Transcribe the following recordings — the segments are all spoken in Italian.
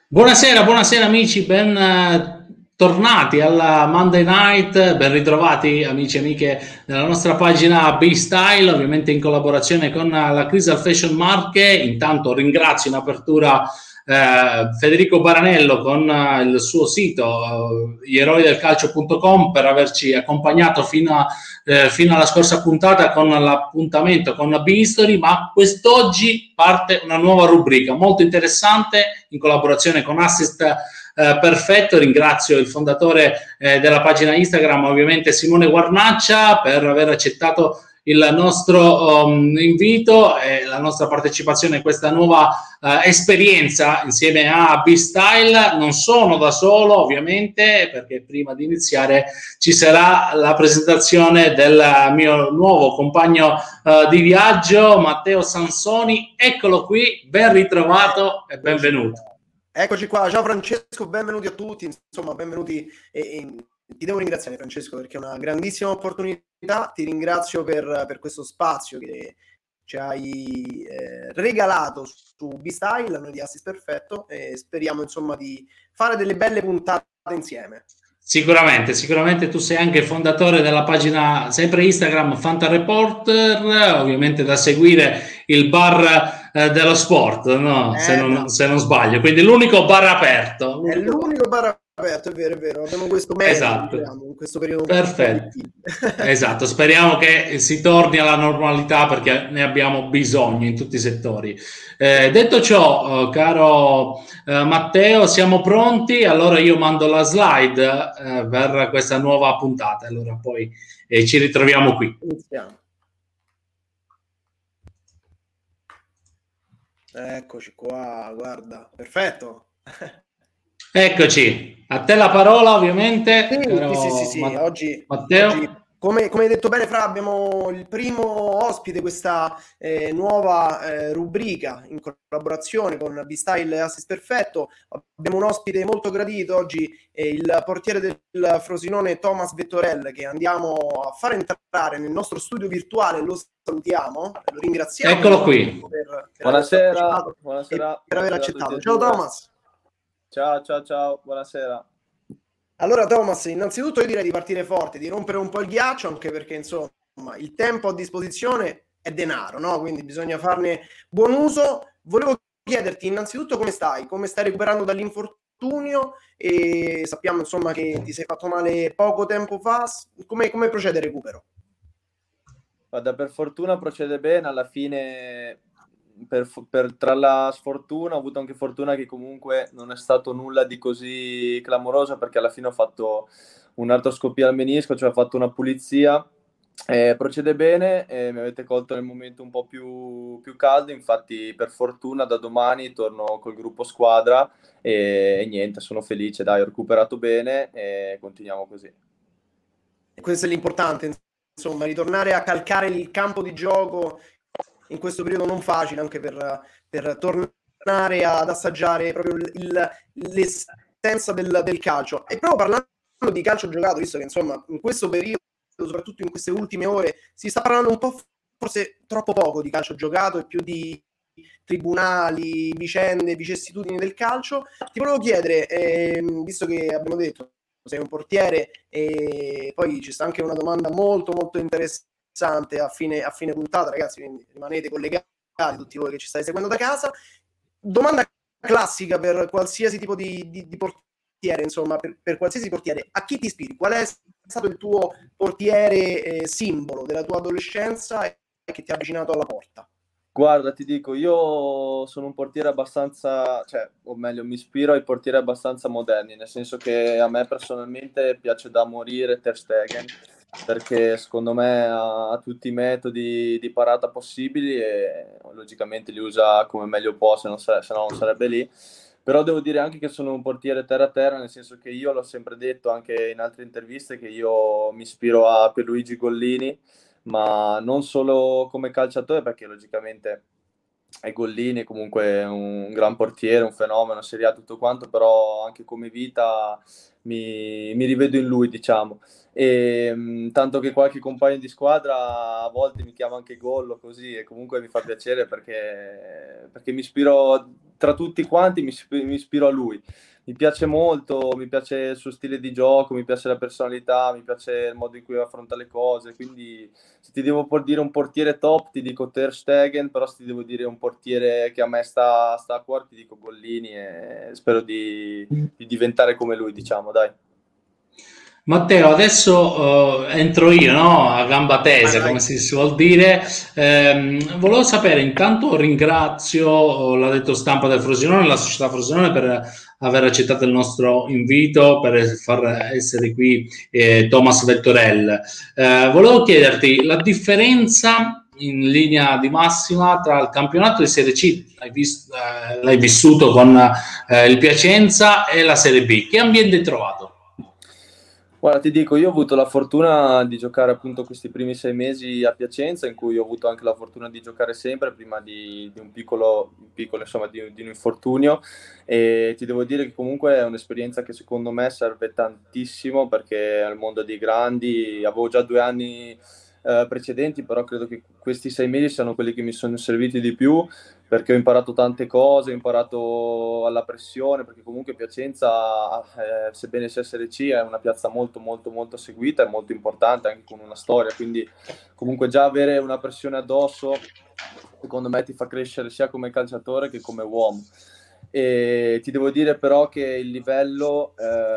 Buonasera, buonasera amici, ben tornati alla Monday Night, ben ritrovati amici e amiche nella nostra pagina B-Style, ovviamente in collaborazione con la Crystal Fashion Marche. Intanto ringrazio in apertura Federico Baranello con il suo sito gli eroi del calcio.com per averci accompagnato fino alla scorsa puntata con l'appuntamento con B-History, ma quest'oggi parte una nuova rubrica molto interessante in collaborazione con Assist Perfetto. Ringrazio il fondatore della pagina Instagram, ovviamente Simone Guarnaccia, per aver accettato il nostro invito e la nostra partecipazione a questa nuova esperienza insieme a B-Style. Non sono da solo, ovviamente, perché prima di iniziare ci sarà la presentazione del mio nuovo compagno di viaggio, Matteo Sansoni. Eccolo qui, ben ritrovato e benvenuto. Eccoci qua, ciao Francesco, benvenuti a tutti, insomma benvenuti e ti devo ringraziare Francesco perché è una grandissima opportunità, ti ringrazio per questo spazio che ci hai regalato su B-Style, noi di Assist Perfetto, e speriamo insomma di fare delle belle puntate insieme. Sicuramente tu sei anche fondatore della pagina sempre Instagram Fanta Reporter, ovviamente da seguire il bar dello sport, no? Se non sbaglio, quindi l'unico bar aperto. È l'unico bar aperto, è vero, abbiamo questo merito, Esatto, diciamo, in questo periodo un po' perfetto. difficile. Esatto, speriamo che si torni alla normalità perché ne abbiamo bisogno in tutti i settori. Detto ciò, caro Matteo, siamo pronti? Allora io mando la slide per questa nuova puntata, allora poi ci ritroviamo qui. Iniziamo. Eccoci qua, guarda, perfetto. Eccoci, a te la parola ovviamente, caro Sì. Oggi, Matteo. come hai detto bene Fra, abbiamo il primo ospite, questa nuova rubrica in collaborazione con B-Style e Assist Perfetto. Abbiamo un ospite molto gradito oggi, il portiere del Frosinone Thomas Vettorel, che andiamo a fare entrare nel nostro studio virtuale. Lo salutiamo, lo ringraziamo. Eccolo qui. Buonasera, buonasera, per aver accettato. Ciao Thomas. Ciao, buonasera. Allora Thomas, innanzitutto io direi di partire forte, di rompere un po' il ghiaccio, anche perché insomma il tempo a disposizione è denaro, no? Quindi bisogna farne buon uso. Volevo chiederti innanzitutto come stai recuperando dall'infortunio, e sappiamo insomma che ti sei fatto male poco tempo fa, come procede il recupero? Guarda, per fortuna procede bene, alla fine tra la sfortuna ho avuto anche fortuna che comunque non è stato nulla di così clamoroso, perché alla fine ho fatto un'artroscopia al menisco, cioè ho fatto una pulizia, procede bene, mi avete colto nel momento un po' più caldo, infatti per fortuna da domani torno col gruppo squadra e niente, sono felice, dai, ho recuperato bene e continuiamo così. E questo è l'importante, insomma, ritornare a calcare il campo di gioco in questo periodo non facile, anche per tornare ad assaggiare proprio l'essenza del calcio. E proprio parlando di calcio giocato, visto che insomma in questo periodo, soprattutto in queste ultime ore, si sta parlando un po', forse troppo poco, di calcio giocato e più di tribunali, vicende, vicissitudini del calcio. Ti volevo chiedere, visto che abbiamo detto sei un portiere, e poi ci sta anche una domanda molto molto interessante a fine puntata, ragazzi, quindi rimanete collegati tutti voi che ci state seguendo da casa. Domanda classica per qualsiasi tipo di portiere, insomma, per qualsiasi portiere: a chi ti ispiri? Qual è stato il tuo portiere simbolo della tua adolescenza e che ti ha avvicinato alla porta? Guarda, ti dico, io sono un portiere abbastanza, cioè, o meglio, mi ispiro ai portieri abbastanza moderni, nel senso che a me personalmente piace da morire Ter Stegen, perché secondo me ha tutti i metodi di parata possibili e logicamente li usa come meglio può, se no non sarebbe lì. Però devo dire anche che sono un portiere terra, nel senso che io l'ho sempre detto anche in altre interviste che io mi ispiro a Pierluigi Gollini, ma non solo come calciatore, perché logicamente e Gollini comunque è un gran portiere, un fenomeno, Serie A tutto quanto, però anche come vita mi rivedo in lui, diciamo. E tanto che qualche compagno di squadra a volte mi chiama anche Gollo così, e comunque mi fa piacere perché mi ispiro, tra tutti quanti mi ispiro a lui. Mi piace molto, mi piace il suo stile di gioco, mi piace la personalità, mi piace il modo in cui affronta le cose, quindi se ti devo dire un portiere top, ti dico Ter Stegen, però se ti devo dire un portiere che a me sta a cuore, ti dico Gollini e spero di diventare come lui, diciamo, dai. Matteo, adesso entro io, no? A gamba Vai, tesa, come vai. si suol dire. Volevo sapere, intanto ringrazio l'ha detto stampa del Frosinone, la società Frosinone per aver accettato il nostro invito, per far essere qui Thomas Vettorel. Volevo chiederti la differenza in linea di massima tra il campionato di Serie C, l'hai vissuto con il Piacenza, e la Serie B. Che ambiente hai trovato? Guarda, ti dico, io ho avuto la fortuna di giocare appunto questi primi 6 mesi a Piacenza, in cui ho avuto anche la fortuna di giocare sempre prima di un piccolo, insomma, di un infortunio. E ti devo dire che comunque è un'esperienza che secondo me serve tantissimo perché al mondo dei grandi avevo già 2 anni precedenti, però credo che questi 6 mesi siano quelli che mi sono serviti di più perché ho imparato tante cose, ho imparato alla pressione, perché comunque Piacenza, sebbene sia Serie C, è una piazza molto molto molto seguita e molto importante, anche con una storia, quindi comunque già avere una pressione addosso, secondo me ti fa crescere sia come calciatore che come uomo. E ti devo dire però che il livello,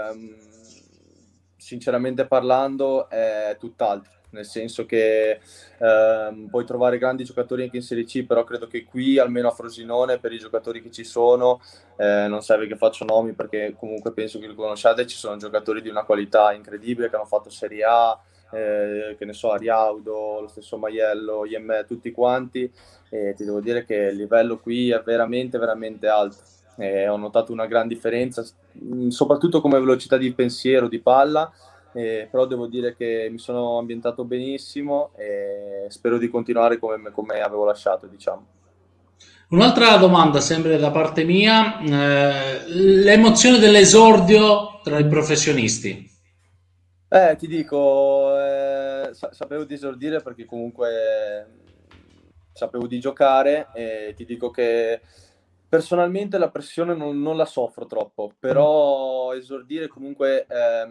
sinceramente parlando, è tutt'altro, nel senso che puoi trovare grandi giocatori anche in Serie C, però credo che qui, almeno a Frosinone, per i giocatori che ci sono, non serve che faccio nomi perché comunque penso che li conosciate, ci sono giocatori di una qualità incredibile che hanno fatto Serie A, che ne so, Ariaudo, lo stesso Maiello, Iemme, tutti quanti, e ti devo dire che il livello qui è veramente, veramente alto. Ho notato una gran differenza, soprattutto come velocità di pensiero, di palla, però devo dire che mi sono ambientato benissimo e spero di continuare come avevo lasciato, diciamo. Un'altra domanda, sempre da parte mia, l'emozione dell'esordio tra i professionisti. Ti dico, sapevo di esordire perché comunque sapevo di giocare e ti dico che personalmente la pressione non la soffro troppo, però esordire comunque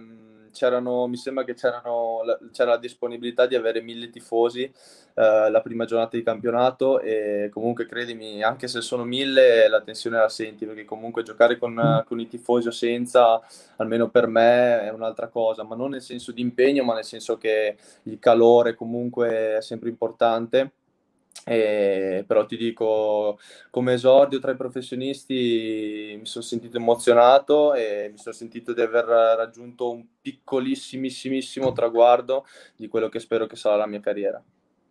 mi sembra che c'era la disponibilità di avere 1.000 tifosi la prima giornata di campionato e comunque credimi, anche se sono 1.000 la tensione la senti perché comunque giocare con i tifosi o senza almeno per me è un'altra cosa, ma non nel senso di impegno, ma nel senso che il calore comunque è sempre importante. Però ti dico, come esordio tra i professionisti mi sono sentito emozionato e mi sono sentito di aver raggiunto un piccolissimissimo traguardo di quello che spero che sarà la mia carriera.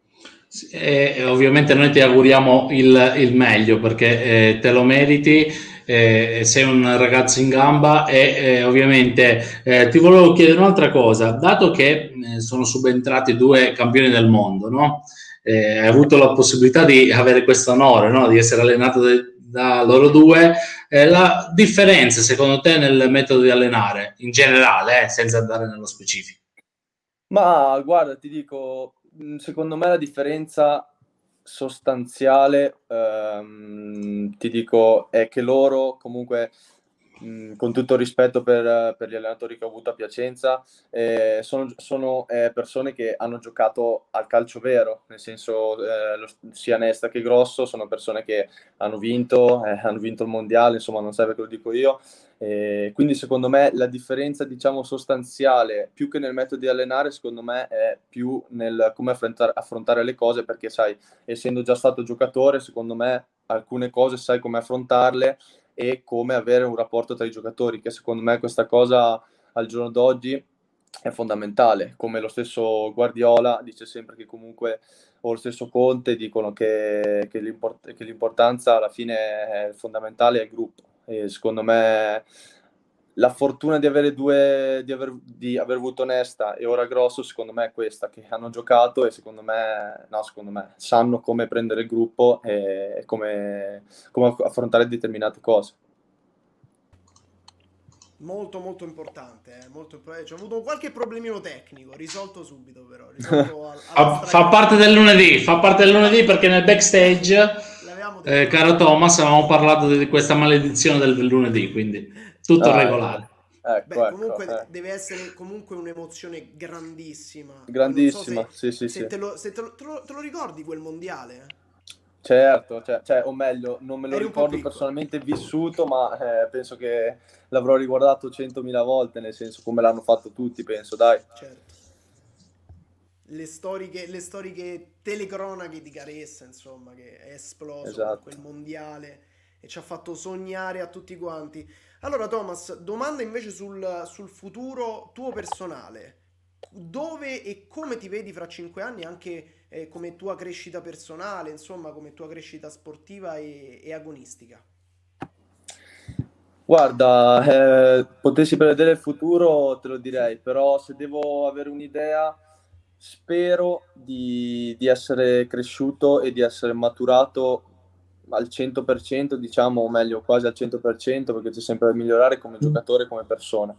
E ovviamente noi ti auguriamo il meglio perché te lo meriti, sei un ragazzo in gamba e ovviamente ti volevo chiedere un'altra cosa, dato che sono subentrati due campioni del mondo, no? Hai avuto la possibilità di avere questo onore, no? Di essere allenato da loro due, la differenza secondo te nel metodo di allenare in generale, senza andare nello specifico? Ma guarda, ti dico, secondo me la differenza sostanziale, ti dico, è che loro comunque, con tutto il rispetto per gli allenatori che ho avuto a Piacenza, sono persone che hanno giocato al calcio vero, nel senso sia Nesta che Grosso sono persone che hanno vinto il mondiale, insomma non serve che lo dico io. Quindi secondo me la differenza diciamo sostanziale più che nel metodo di allenare secondo me è più nel come affrontare le cose perché sai essendo già stato giocatore secondo me alcune cose sai come affrontarle e come avere un rapporto tra i giocatori che secondo me questa cosa al giorno d'oggi è fondamentale come lo stesso Guardiola dice sempre che comunque o lo stesso Conte dicono che l'importanza alla fine è fondamentale al gruppo e secondo me la fortuna di di aver avuto Nesta e ora Grosso, secondo me è questa, che hanno giocato e secondo me sanno come prendere il gruppo e come affrontare determinate cose. Molto molto importante, molto importante. C'è avuto qualche problemino tecnico, risolto subito però, risolto Fa parte del lunedì, perché nel backstage, l'avevamo detto. caro Thomas, avevamo parlato di questa maledizione del lunedì, quindi tutto regolare. Beh, comunque deve essere comunque un'emozione grandissima. Grandissima, Non so sì. se te lo ricordi quel mondiale? Certo, cioè, o meglio, non me lo Eri un po' ricordo piccolo. personalmente vissuto, ma penso che l'avrò riguardato 100.000 volte, nel senso come l'hanno fatto tutti, penso, dai. Certo. Le storiche telecronache di Caressa, insomma, che è esploso con Esatto. quel mondiale e ci ha fatto sognare a tutti quanti. Allora, Thomas, domanda invece sul futuro tuo personale. Dove e come ti vedi fra 5 anni, anche come tua crescita personale, insomma, come tua crescita sportiva e agonistica? Guarda, potessi prevedere il futuro, te lo direi, però se devo avere un'idea, spero di essere cresciuto e di essere maturato al 100%, diciamo, o meglio, quasi al 100%, perché c'è sempre da migliorare come giocatore e come persona.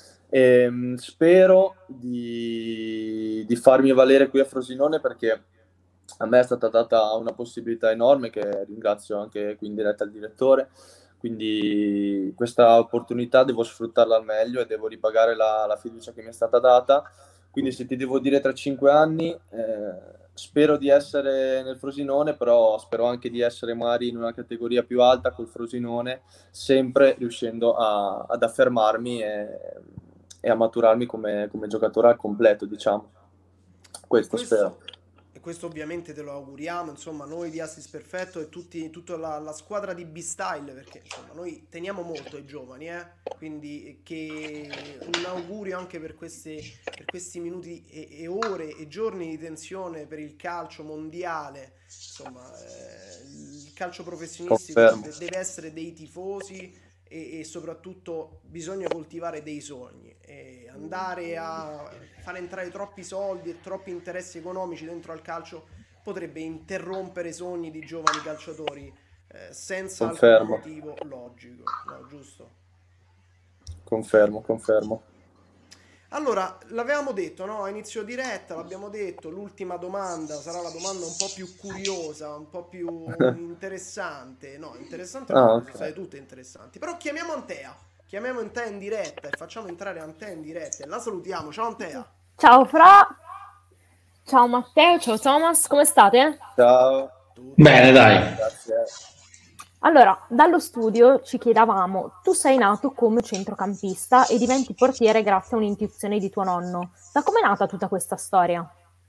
Spero di farmi valere qui a Frosinone, perché a me è stata data una possibilità enorme, che ringrazio anche qui in diretta il direttore. Quindi questa opportunità devo sfruttarla al meglio e devo ripagare la fiducia che mi è stata data. Quindi se ti devo dire tra 5 anni, spero di essere nel Frosinone, però spero anche di essere magari in una categoria più alta col Frosinone, sempre riuscendo ad affermarmi e a maturarmi come giocatore al completo, diciamo. Questo spero. E questo ovviamente te lo auguriamo, insomma, noi di Assis Perfetto e tutta la squadra di B-Style, perché insomma noi teniamo molto ai giovani, quindi che un augurio anche per questi minuti e ore e giorni di tensione per il calcio mondiale, insomma, il calcio professionistico Confermo. deve essere dei tifosi e soprattutto bisogna coltivare dei sogni e andare a far entrare troppi soldi e troppi interessi economici dentro al calcio potrebbe interrompere i sogni di giovani calciatori senza alcun motivo logico, no, giusto? Confermo. Allora, l'avevamo detto, no? A inizio diretta, l'abbiamo detto, l'ultima domanda sarà la domanda un po' più curiosa, un po' più interessante. No, interessante no, sono Okay. state tutte interessanti. Però chiamiamo Antea, chiamiamo Antea in diretta e facciamo entrare Antea in diretta e la salutiamo. Ciao Antea! Ciao Fra, ciao Matteo, ciao Thomas, come state? Ciao. Bene, dai. Grazie. Allora, dallo studio ci chiedavamo, tu sei nato come centrocampista e diventi portiere grazie a un'intuizione di tuo nonno. Da come è nata tutta questa storia?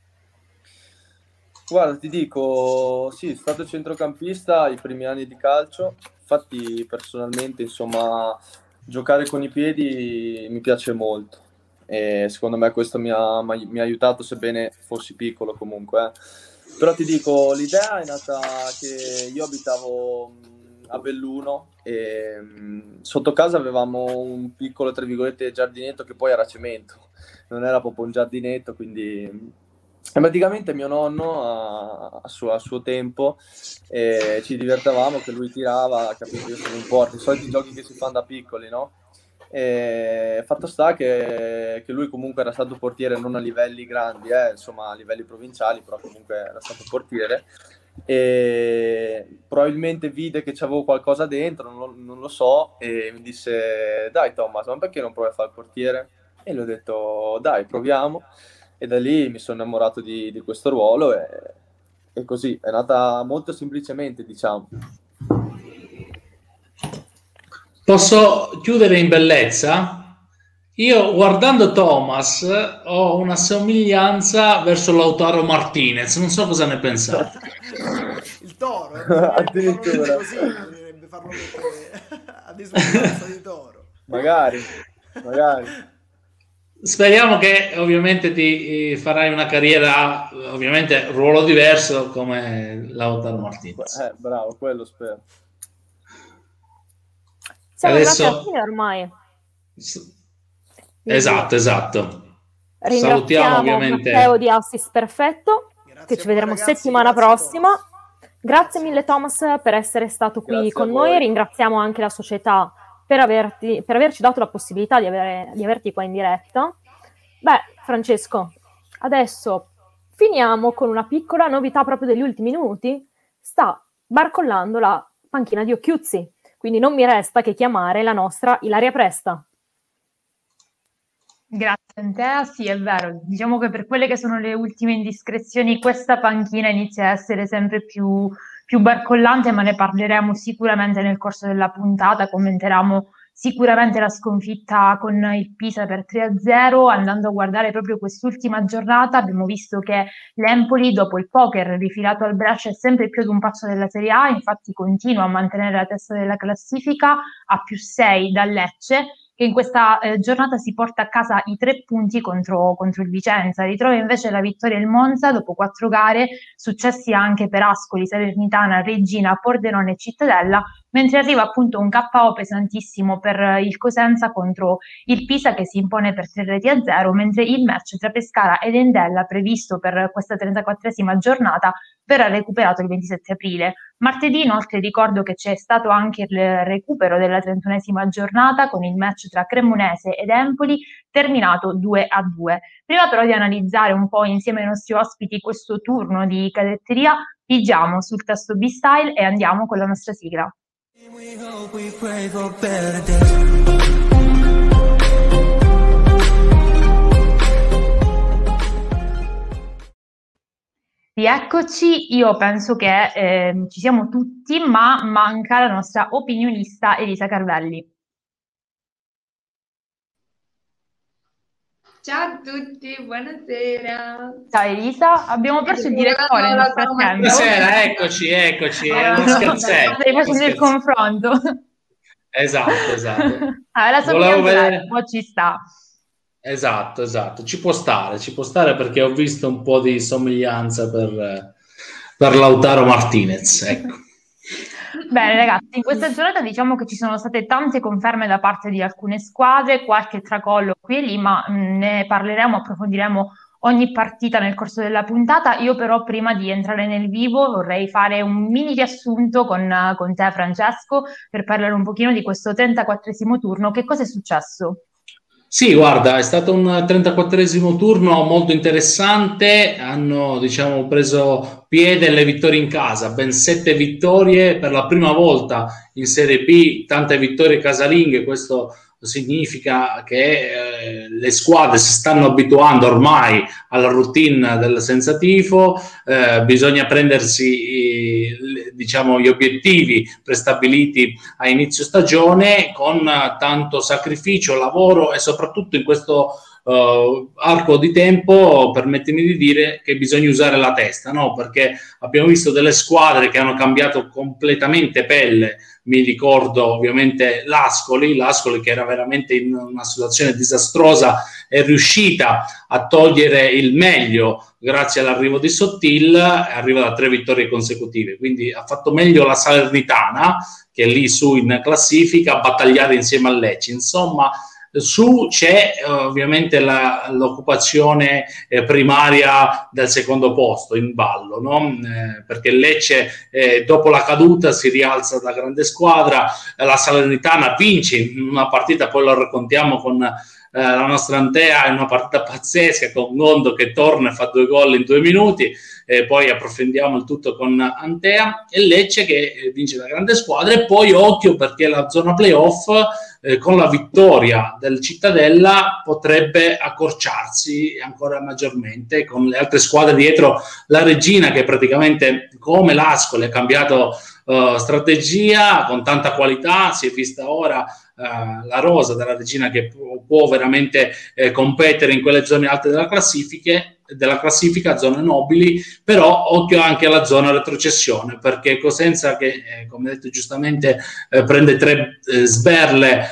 Guarda, ti dico, sì, sono stato centrocampista i primi anni di calcio, infatti personalmente, insomma, giocare con i piedi mi piace molto e secondo me questo mi ha aiutato, sebbene fossi piccolo comunque. Però ti dico, l'idea è nata che io abitavo a Belluno e sotto casa avevamo un piccolo, tra virgolette, giardinetto che poi era cemento, non era proprio un giardinetto, quindi praticamente mio nonno a suo tempo ci divertavamo che lui tirava, capito, io sono un porto, i soliti giochi che si fanno da piccoli, no? E fatto sta che lui comunque era stato portiere non a livelli grandi, insomma a livelli provinciali, però comunque era stato portiere e probabilmente vide che c'avevo qualcosa dentro, non lo so, e mi disse: dai Thomas, ma perché non provi a fare il portiere? E gli ho detto: dai, proviamo. E da lì mi sono innamorato di questo ruolo e così è nata molto semplicemente, diciamo. Posso chiudere in bellezza? Io guardando Thomas ho una somiglianza verso Lautaro Martinez, non so cosa ne pensate. Il toro, Addirittura. bisognerebbe farlo mettere a disuguaglianza di toro. Magari. Speriamo che ovviamente ti farai una carriera, ovviamente ruolo diverso come Lautaro Martinez. Bravo, quello spero. Siamo Adesso- arrivati alla fine ormai. Esatto. Salutiamo ovviamente Matteo di Assist Perfetto, Grazie che ci a voi, vedremo ragazzi, settimana grazie, prossima. Thomas. Grazie mille Thomas per essere stato qui Grazie con a voi. noi, ringraziamo anche la società per averci dato la possibilità di averti qua in diretta. Beh, Francesco, adesso finiamo con una piccola novità proprio degli ultimi minuti. Sta barcollando la panchina di Occhiuzzi, quindi non mi resta che chiamare la nostra Ilaria Presta. Grazie Antea, sì è vero, diciamo che per quelle che sono le ultime indiscrezioni questa panchina inizia a essere sempre più barcollante, ma ne parleremo sicuramente nel corso della puntata, commenteremo sicuramente la sconfitta con il Pisa per 3-0, andando a guardare proprio quest'ultima giornata abbiamo visto che l'Empoli dopo il poker rifilato al Brescia è sempre più ad un passo della Serie A, infatti continua a mantenere la testa della classifica a +6 dal Lecce, che in questa giornata si porta a casa i 3 punti contro il Vicenza. Ritrova invece la vittoria il Monza dopo 4 gare, successi anche per Ascoli, Salernitana, Reggina, Pordenone e Cittadella, mentre arriva appunto un KO pesantissimo per il Cosenza contro il Pisa che si impone per 3-0, mentre il match tra Pescara ed Endella previsto per questa 34esima giornata verrà recuperato il 27 aprile. Martedì inoltre ricordo che c'è stato anche il recupero della 31esima giornata con il match tra Cremonese ed Empoli terminato 2-2. Prima però di analizzare un po' insieme ai nostri ospiti questo turno di cadetteria, pigiamo sul tasto B-Style e andiamo con la nostra sigla. Rieccoci, io penso che ci siamo tutti, ma manca la nostra opinionista Elisa Carvelli. Ciao a tutti, buonasera. Ciao Elisa, abbiamo perso il direttore nel frattempo. Buonasera, eccoci, è uno scherzetto. Stai facendo il confronto. Esatto. La somiglianza un po' ci sta. Esatto, ci può stare perché ho visto un po' di somiglianza per Lautaro Martinez, ecco. Bene ragazzi, in questa giornata diciamo che ci sono state tante conferme da parte di alcune squadre, qualche tracollo qui e lì, ma ne parleremo, approfondiremo ogni partita nel corso della puntata. Io però prima di entrare nel vivo vorrei fare un mini riassunto con te Francesco per parlare un pochino di questo 34esimo turno. Che cosa è successo? Sì, guarda, è stato un 34esimo turno molto interessante, hanno preso piede le vittorie in casa, ben 7 vittorie per la prima volta in Serie B, tante vittorie casalinghe, questo significa che le squadre si stanno abituando ormai alla routine del senza tifo, bisogna prendersi gli obiettivi prestabiliti a inizio stagione con tanto sacrificio, lavoro e soprattutto in questo arco di tempo permettimi di dire che bisogna usare la testa, no? Perché abbiamo visto delle squadre che hanno cambiato completamente pelle. Mi ricordo ovviamente l'Ascoli che era veramente in una situazione disastrosa, è riuscita a togliere il meglio grazie all'arrivo di Sottil, arriva da 3 vittorie consecutive, quindi ha fatto meglio la Salernitana che è lì su in classifica a battagliare insieme al Lecce, insomma su c'è ovviamente l'occupazione primaria del secondo posto in ballo, no? Perché Lecce dopo la caduta si rialza da grande squadra, la Salernitana vince in una partita, poi lo raccontiamo con la nostra Antea, è una partita pazzesca con Gondo che torna e fa 2 gol in 2 minuti, poi approfondiamo il tutto con Antea, e Lecce che vince da grande squadra, e poi occhio perché la zona playoff con la vittoria del Cittadella potrebbe accorciarsi ancora maggiormente con le altre squadre dietro, la Reggina che praticamente come l'Ascoli ha cambiato strategia con tanta qualità, si è vista ora la rosa della Reggina che può veramente competere in quelle zone alte della classifica, zone nobili, però occhio anche alla zona retrocessione, perché Cosenza che come detto giustamente prende 3 sberle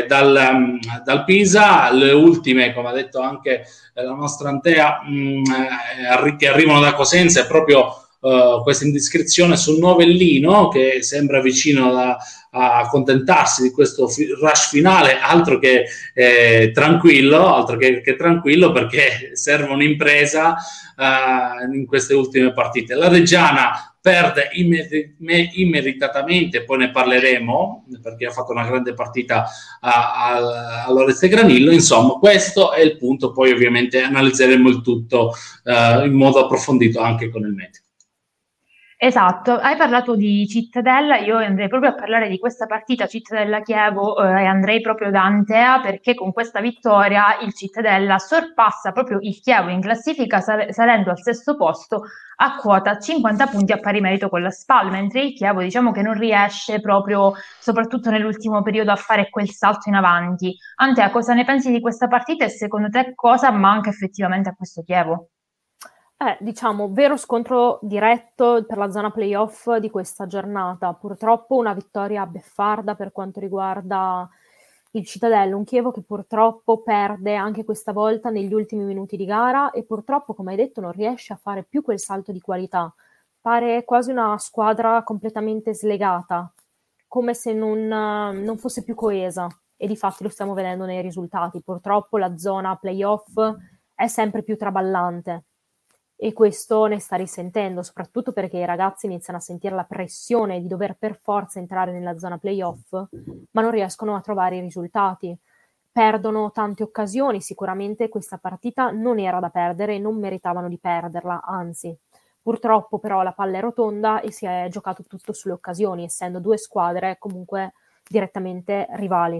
dal Pisa, le ultime come ha detto anche la nostra Antea che arrivano da Cosenza è proprio questa indiscrezione sul Novellino, che sembra vicino a accontentarsi di questo rush finale, altro che tranquillo, perché serve un'impresa in queste ultime partite. La Reggiana perde immeritatamente, poi ne parleremo perché ha fatto una grande partita all'Oreste Granillo. Insomma, questo è il punto, poi ovviamente analizzeremo il tutto in modo approfondito anche con il medico. Esatto, hai parlato di Cittadella, io andrei proprio a parlare di questa partita Cittadella-Chievo e andrei proprio da Antea, perché con questa vittoria il Cittadella sorpassa proprio il Chievo in classifica, salendo al sesto posto a quota 50 punti a pari merito con la SPAL, mentre il Chievo diciamo che non riesce proprio, soprattutto nell'ultimo periodo, a fare quel salto in avanti. Antea, cosa ne pensi di questa partita e secondo te cosa manca effettivamente a questo Chievo? Diciamo, vero scontro diretto per la zona playoff di questa giornata. Purtroppo una vittoria beffarda per quanto riguarda il Cittadella, un Chievo che purtroppo perde anche questa volta negli ultimi minuti di gara e purtroppo, come hai detto, non riesce a fare più quel salto di qualità. Pare quasi una squadra completamente slegata, come se non fosse più coesa, e difatti lo stiamo vedendo nei risultati. Purtroppo la zona playoff è sempre più traballante. E questo ne sta risentendo, soprattutto perché i ragazzi iniziano a sentire la pressione di dover per forza entrare nella zona playoff, ma non riescono a trovare i risultati. Perdono tante occasioni, sicuramente questa partita non era da perdere e non meritavano di perderla, anzi. Purtroppo però la palla è rotonda e si è giocato tutto sulle occasioni, essendo due squadre comunque direttamente rivali.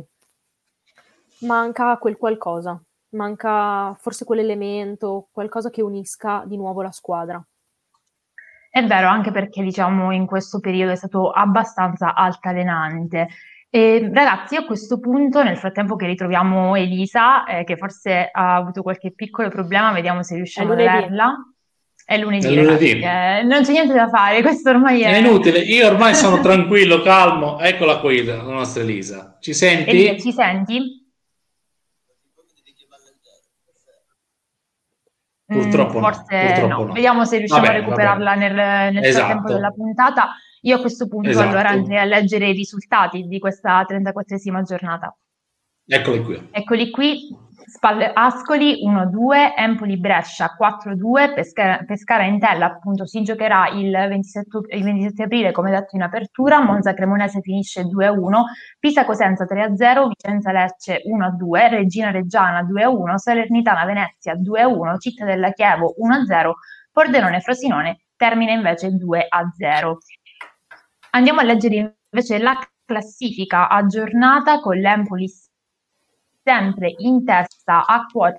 Manca quel qualcosa. Manca forse quell'elemento, qualcosa che unisca di nuovo la squadra. È vero, anche perché diciamo in questo periodo è stato abbastanza altalenante. E, ragazzi, a questo punto, nel frattempo che ritroviamo Elisa, che forse ha avuto qualche piccolo problema, vediamo se riusciamo ad averla. È lunedì, ragazzi, non c'è niente da fare, questo ormai è inutile, io ormai sono tranquillo, calmo. Eccola qui la nostra Elisa, ci senti? Elisa, ci senti? Purtroppo forse no. Vediamo se riusciamo a recuperarla nel esatto. frattempo della puntata. Io a questo punto allora andrei a leggere i risultati di questa 34esima giornata. Eccoli qui. Ascoli 1-2, Empoli Brescia 4-2, Pescara Entella appunto si giocherà il 27 aprile come detto in apertura, Monza Cremonese finisce 2-1, Pisa Cosenza 3-0, Vicenza Lecce 1-2, Regina Reggiana 2-1, Salernitana Venezia 2-1, Cittadella Chievo 1-0, Pordenone Frosinone termina invece 2-0. Andiamo a leggere invece la classifica aggiornata con l'Empoli sempre in testa a quota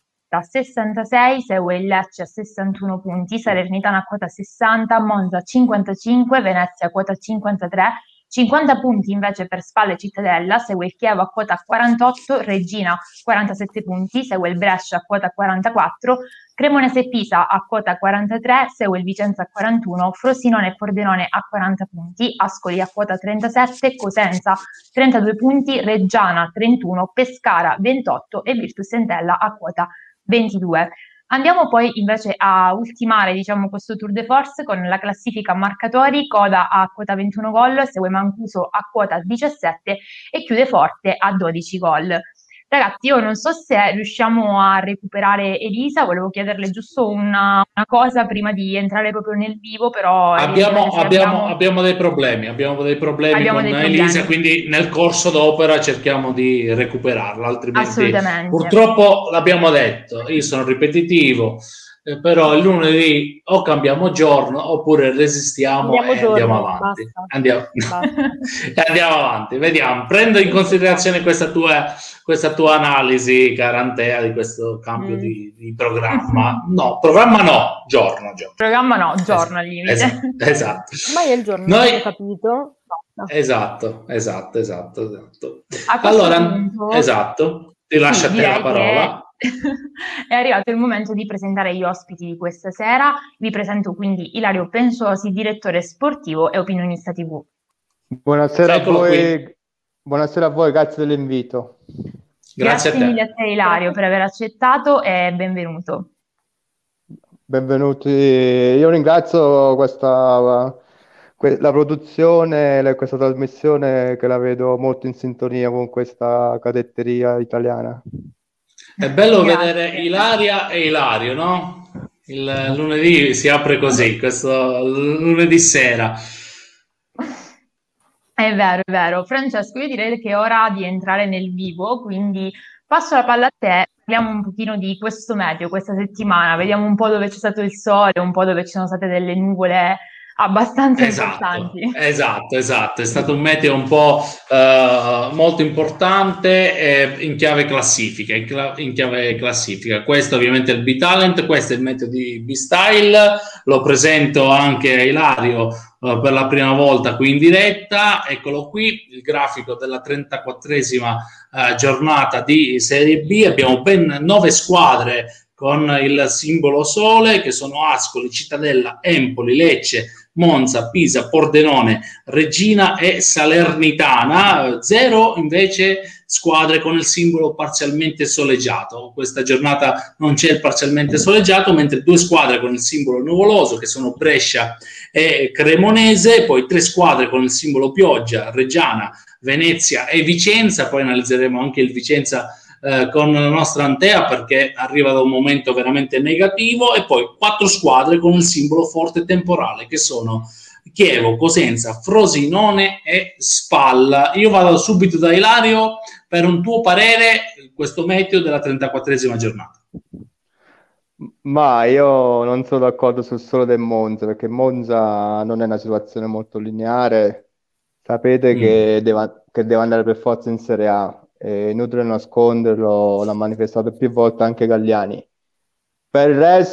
66, segue il Lecce a 61 punti, Salernitana a quota 60, Monza 55, Venezia a quota 53, 50 punti invece per Spalle Cittadella, segue il Chievo a quota 48, Regina 47 punti, segue il Brescia a quota 44, Cremonese Pisa a quota 43, segue il Vicenza a 41, Frosinone e Pordenone a 40 punti, Ascoli a quota 37, Cosenza 32 punti, Reggiana 31, Pescara 28 e Virtus Entella a quota 22. Andiamo poi invece a ultimare diciamo questo tour de force con la classifica marcatori, Coda a quota 21 gol, segue Mancuso a quota 17 e chiude Forte a 12 gol. Ragazzi, io non so se riusciamo a recuperare Elisa, volevo chiederle giusto una cosa prima di entrare proprio nel vivo, però abbiamo dei problemi con Elisa, quindi nel corso d'opera cerchiamo di recuperarla, altrimenti purtroppo l'abbiamo detto, io sono ripetitivo, però il lunedì o cambiamo giorno oppure resistiamo e andiamo avanti. Andiamo avanti, vediamo. Prendo in considerazione questa tua analisi, cara Antea, di questo cambio di programma. Giorno. Programma no, giorno al limite. Esatto. Ma è il giorno, ho capito. No. Esatto. Allora, punto, ti lascio a te la parola. È arrivato il momento di presentare gli ospiti di questa sera. Vi presento quindi Ilario Pensosi, direttore sportivo e opinionista TV. Buonasera a voi, grazie dell'invito. Grazie mille a te Ilario per aver accettato e benvenuto. benvenuti. Io ringrazio la produzione, questa trasmissione che la vedo molto in sintonia con questa cadetteria italiana. È bello Grazie. vedere Ilaria e Ilario, no? Il lunedì si apre così, questo lunedì sera. È vero, è vero. Francesco, io direi che è ora di entrare nel vivo, quindi passo la palla a te, parliamo un pochino di questo meteo, questa settimana, vediamo un po' dove c'è stato il sole, un po' dove ci sono state delle nuvole abbastanza Esatto, importanti. esatto. È stato un meteo un po' molto importante in chiave classifica. In chiave classifica. Questo ovviamente è il B-Talent, questo è il meteo di B-Style. Lo presento anche a Ilario per la prima volta qui in diretta. Eccolo qui, il grafico della 34esima giornata di Serie B. Abbiamo ben 9 squadre con il simbolo sole, che sono Ascoli, Cittadella, Empoli, Lecce, Monza, Pisa, Pordenone, Regina e Salernitana. 0 invece squadre con il simbolo parzialmente soleggiato. Questa giornata non c'è il parzialmente soleggiato, mentre 2 squadre con il simbolo nuvoloso, che sono Brescia e Cremonese, poi 3 squadre con il simbolo pioggia, Reggiana, Venezia e Vicenza. Poi analizzeremo anche il Vicenza con la nostra Antea, perché arriva da un momento veramente negativo, e poi 4 squadre con il simbolo forte temporale, che sono Chievo, Cosenza, Frosinone e Spalla. Io vado subito da Ilario per un tuo parere questo meteo della 34esima giornata. Ma io non sono d'accordo sul solo del Monza, perché Monza non è una situazione molto lineare. Sapete che deve andare per forza in Serie A. È inutile nasconderlo, l'ha manifestato più volte anche Galliani. Per il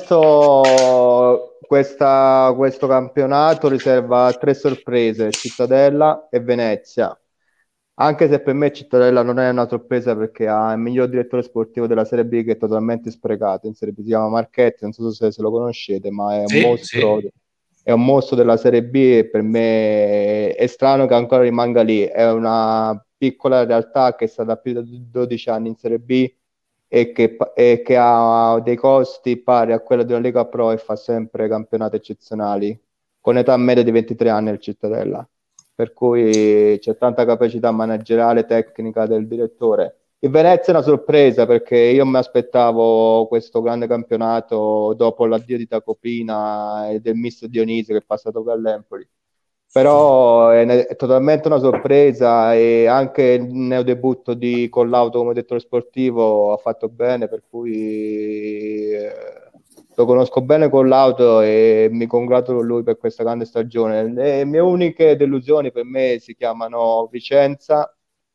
resto, questo campionato riserva 3 sorprese: Cittadella e Venezia. Anche se per me Cittadella non è una sorpresa, perché ha il miglior direttore sportivo della Serie B, che è totalmente sprecato in Serie B. Si chiama Marchetti, non so se lo conoscete, ma è un mostro. Sì. È un mostro della Serie B, e per me è strano che ancora rimanga lì. È una piccola realtà che è stata più di 12 anni in Serie B e che ha dei costi pari a quello di una Lega Pro, e fa sempre campionati eccezionali, con età media di 23 anni il Cittadella. Per cui c'è tanta capacità manageriale, tecnica del direttore. Il Venezia è una sorpresa, perché io mi aspettavo questo grande campionato dopo l'addio di Tacopina e del mister Dionisi, che è passato per l'Empoli. Però è totalmente una sorpresa, e anche il neodebutto di Collauto come direttore sportivo ha fatto bene, per cui lo conosco bene Collauto e mi congratulo lui per questa grande stagione. Le mie uniche delusioni per me si chiamano Vicenza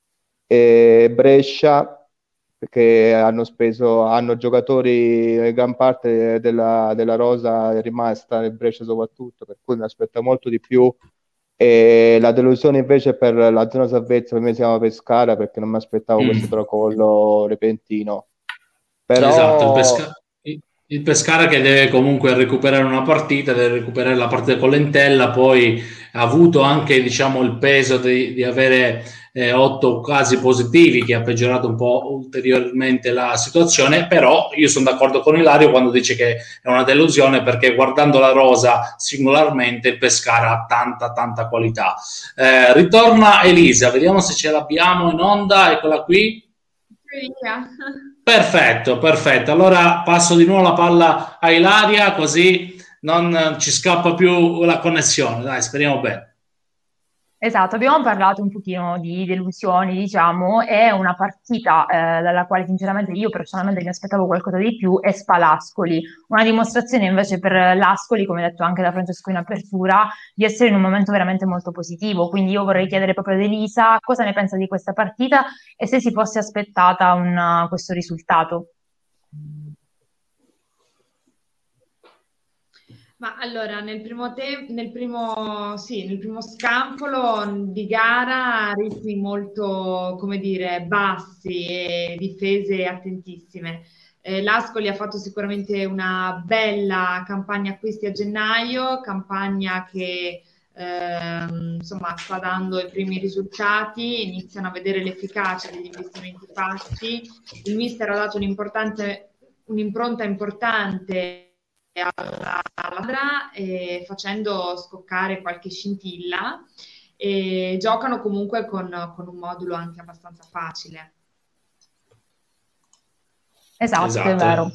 e Brescia, perché hanno giocatori, gran parte della rosa è rimasta nel Brescia soprattutto, per cui mi aspetta molto di più. E la delusione invece per la zona salvezza per me si chiama Pescara, perché non mi aspettavo questo tracollo repentino. Però Esatto, il Pescara che deve comunque recuperare una partita, deve recuperare la partita con l'Entella, poi ha avuto anche, diciamo, il peso di avere 8 casi positivi, che ha peggiorato un po' ulteriormente la situazione. Però io sono d'accordo con Ilario quando dice che è una delusione, perché guardando la rosa singolarmente il Pescara ha tanta qualità. Ritorna Elisa, vediamo se ce l'abbiamo in onda, eccola qui. Perfetto. Allora passo di nuovo la palla a Ilaria, così non ci scappa più la connessione. Dai, speriamo bene. Esatto, abbiamo parlato un pochino di delusioni, diciamo, è una partita dalla quale sinceramente io personalmente mi aspettavo qualcosa di più, è Spalascoli, una dimostrazione invece per l'Ascoli, come detto anche da Francesco in apertura, di essere in un momento veramente molto positivo. Quindi io vorrei chiedere proprio ad Elisa cosa ne pensa di questa partita e se si fosse aspettata questo risultato. Ma allora, nel primo scampolo di gara, ritmi molto, come dire, bassi e difese attentissime. L'Ascoli ha fatto sicuramente una bella campagna acquisti a gennaio, campagna che insomma sta dando i primi risultati, iniziano a vedere l'efficacia degli investimenti fatti. Il mister ha dato un'impronta importante alla ladra, facendo scoccare qualche scintilla, e giocano comunque con un modulo anche abbastanza facile. Esatto, è vero.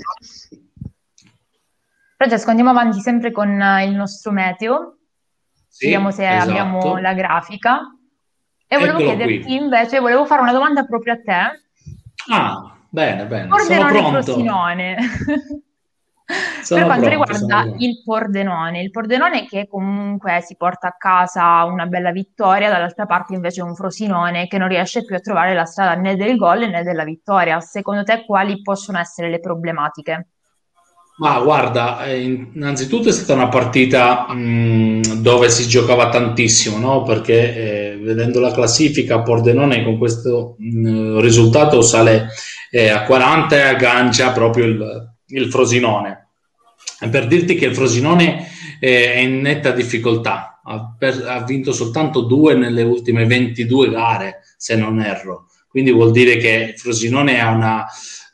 Francesco, andiamo avanti sempre con il nostro meteo. Sì, Vediamo se abbiamo esatto. la grafica. E volevo Eccolo chiederti qui. invece, volevo fare una domanda proprio a te. Ah, bene, sono Pordenone e pronto. Frosinone. Per Sono quanto pronto, riguarda il Pordenone che comunque si porta a casa una bella vittoria, dall'altra parte invece un Frosinone che non riesce più a trovare la strada né del gol né della vittoria. Secondo te quali possono essere le problematiche? Ma guarda, innanzitutto è stata una partita dove si giocava tantissimo, no? Perché vedendo la classifica, Pordenone con questo risultato sale a 40 e aggancia proprio il Frosinone. Per dirti che il Frosinone è in netta difficoltà, ha vinto soltanto 2 nelle ultime 22 gare, se non erro. Quindi vuol dire che il Frosinone ha una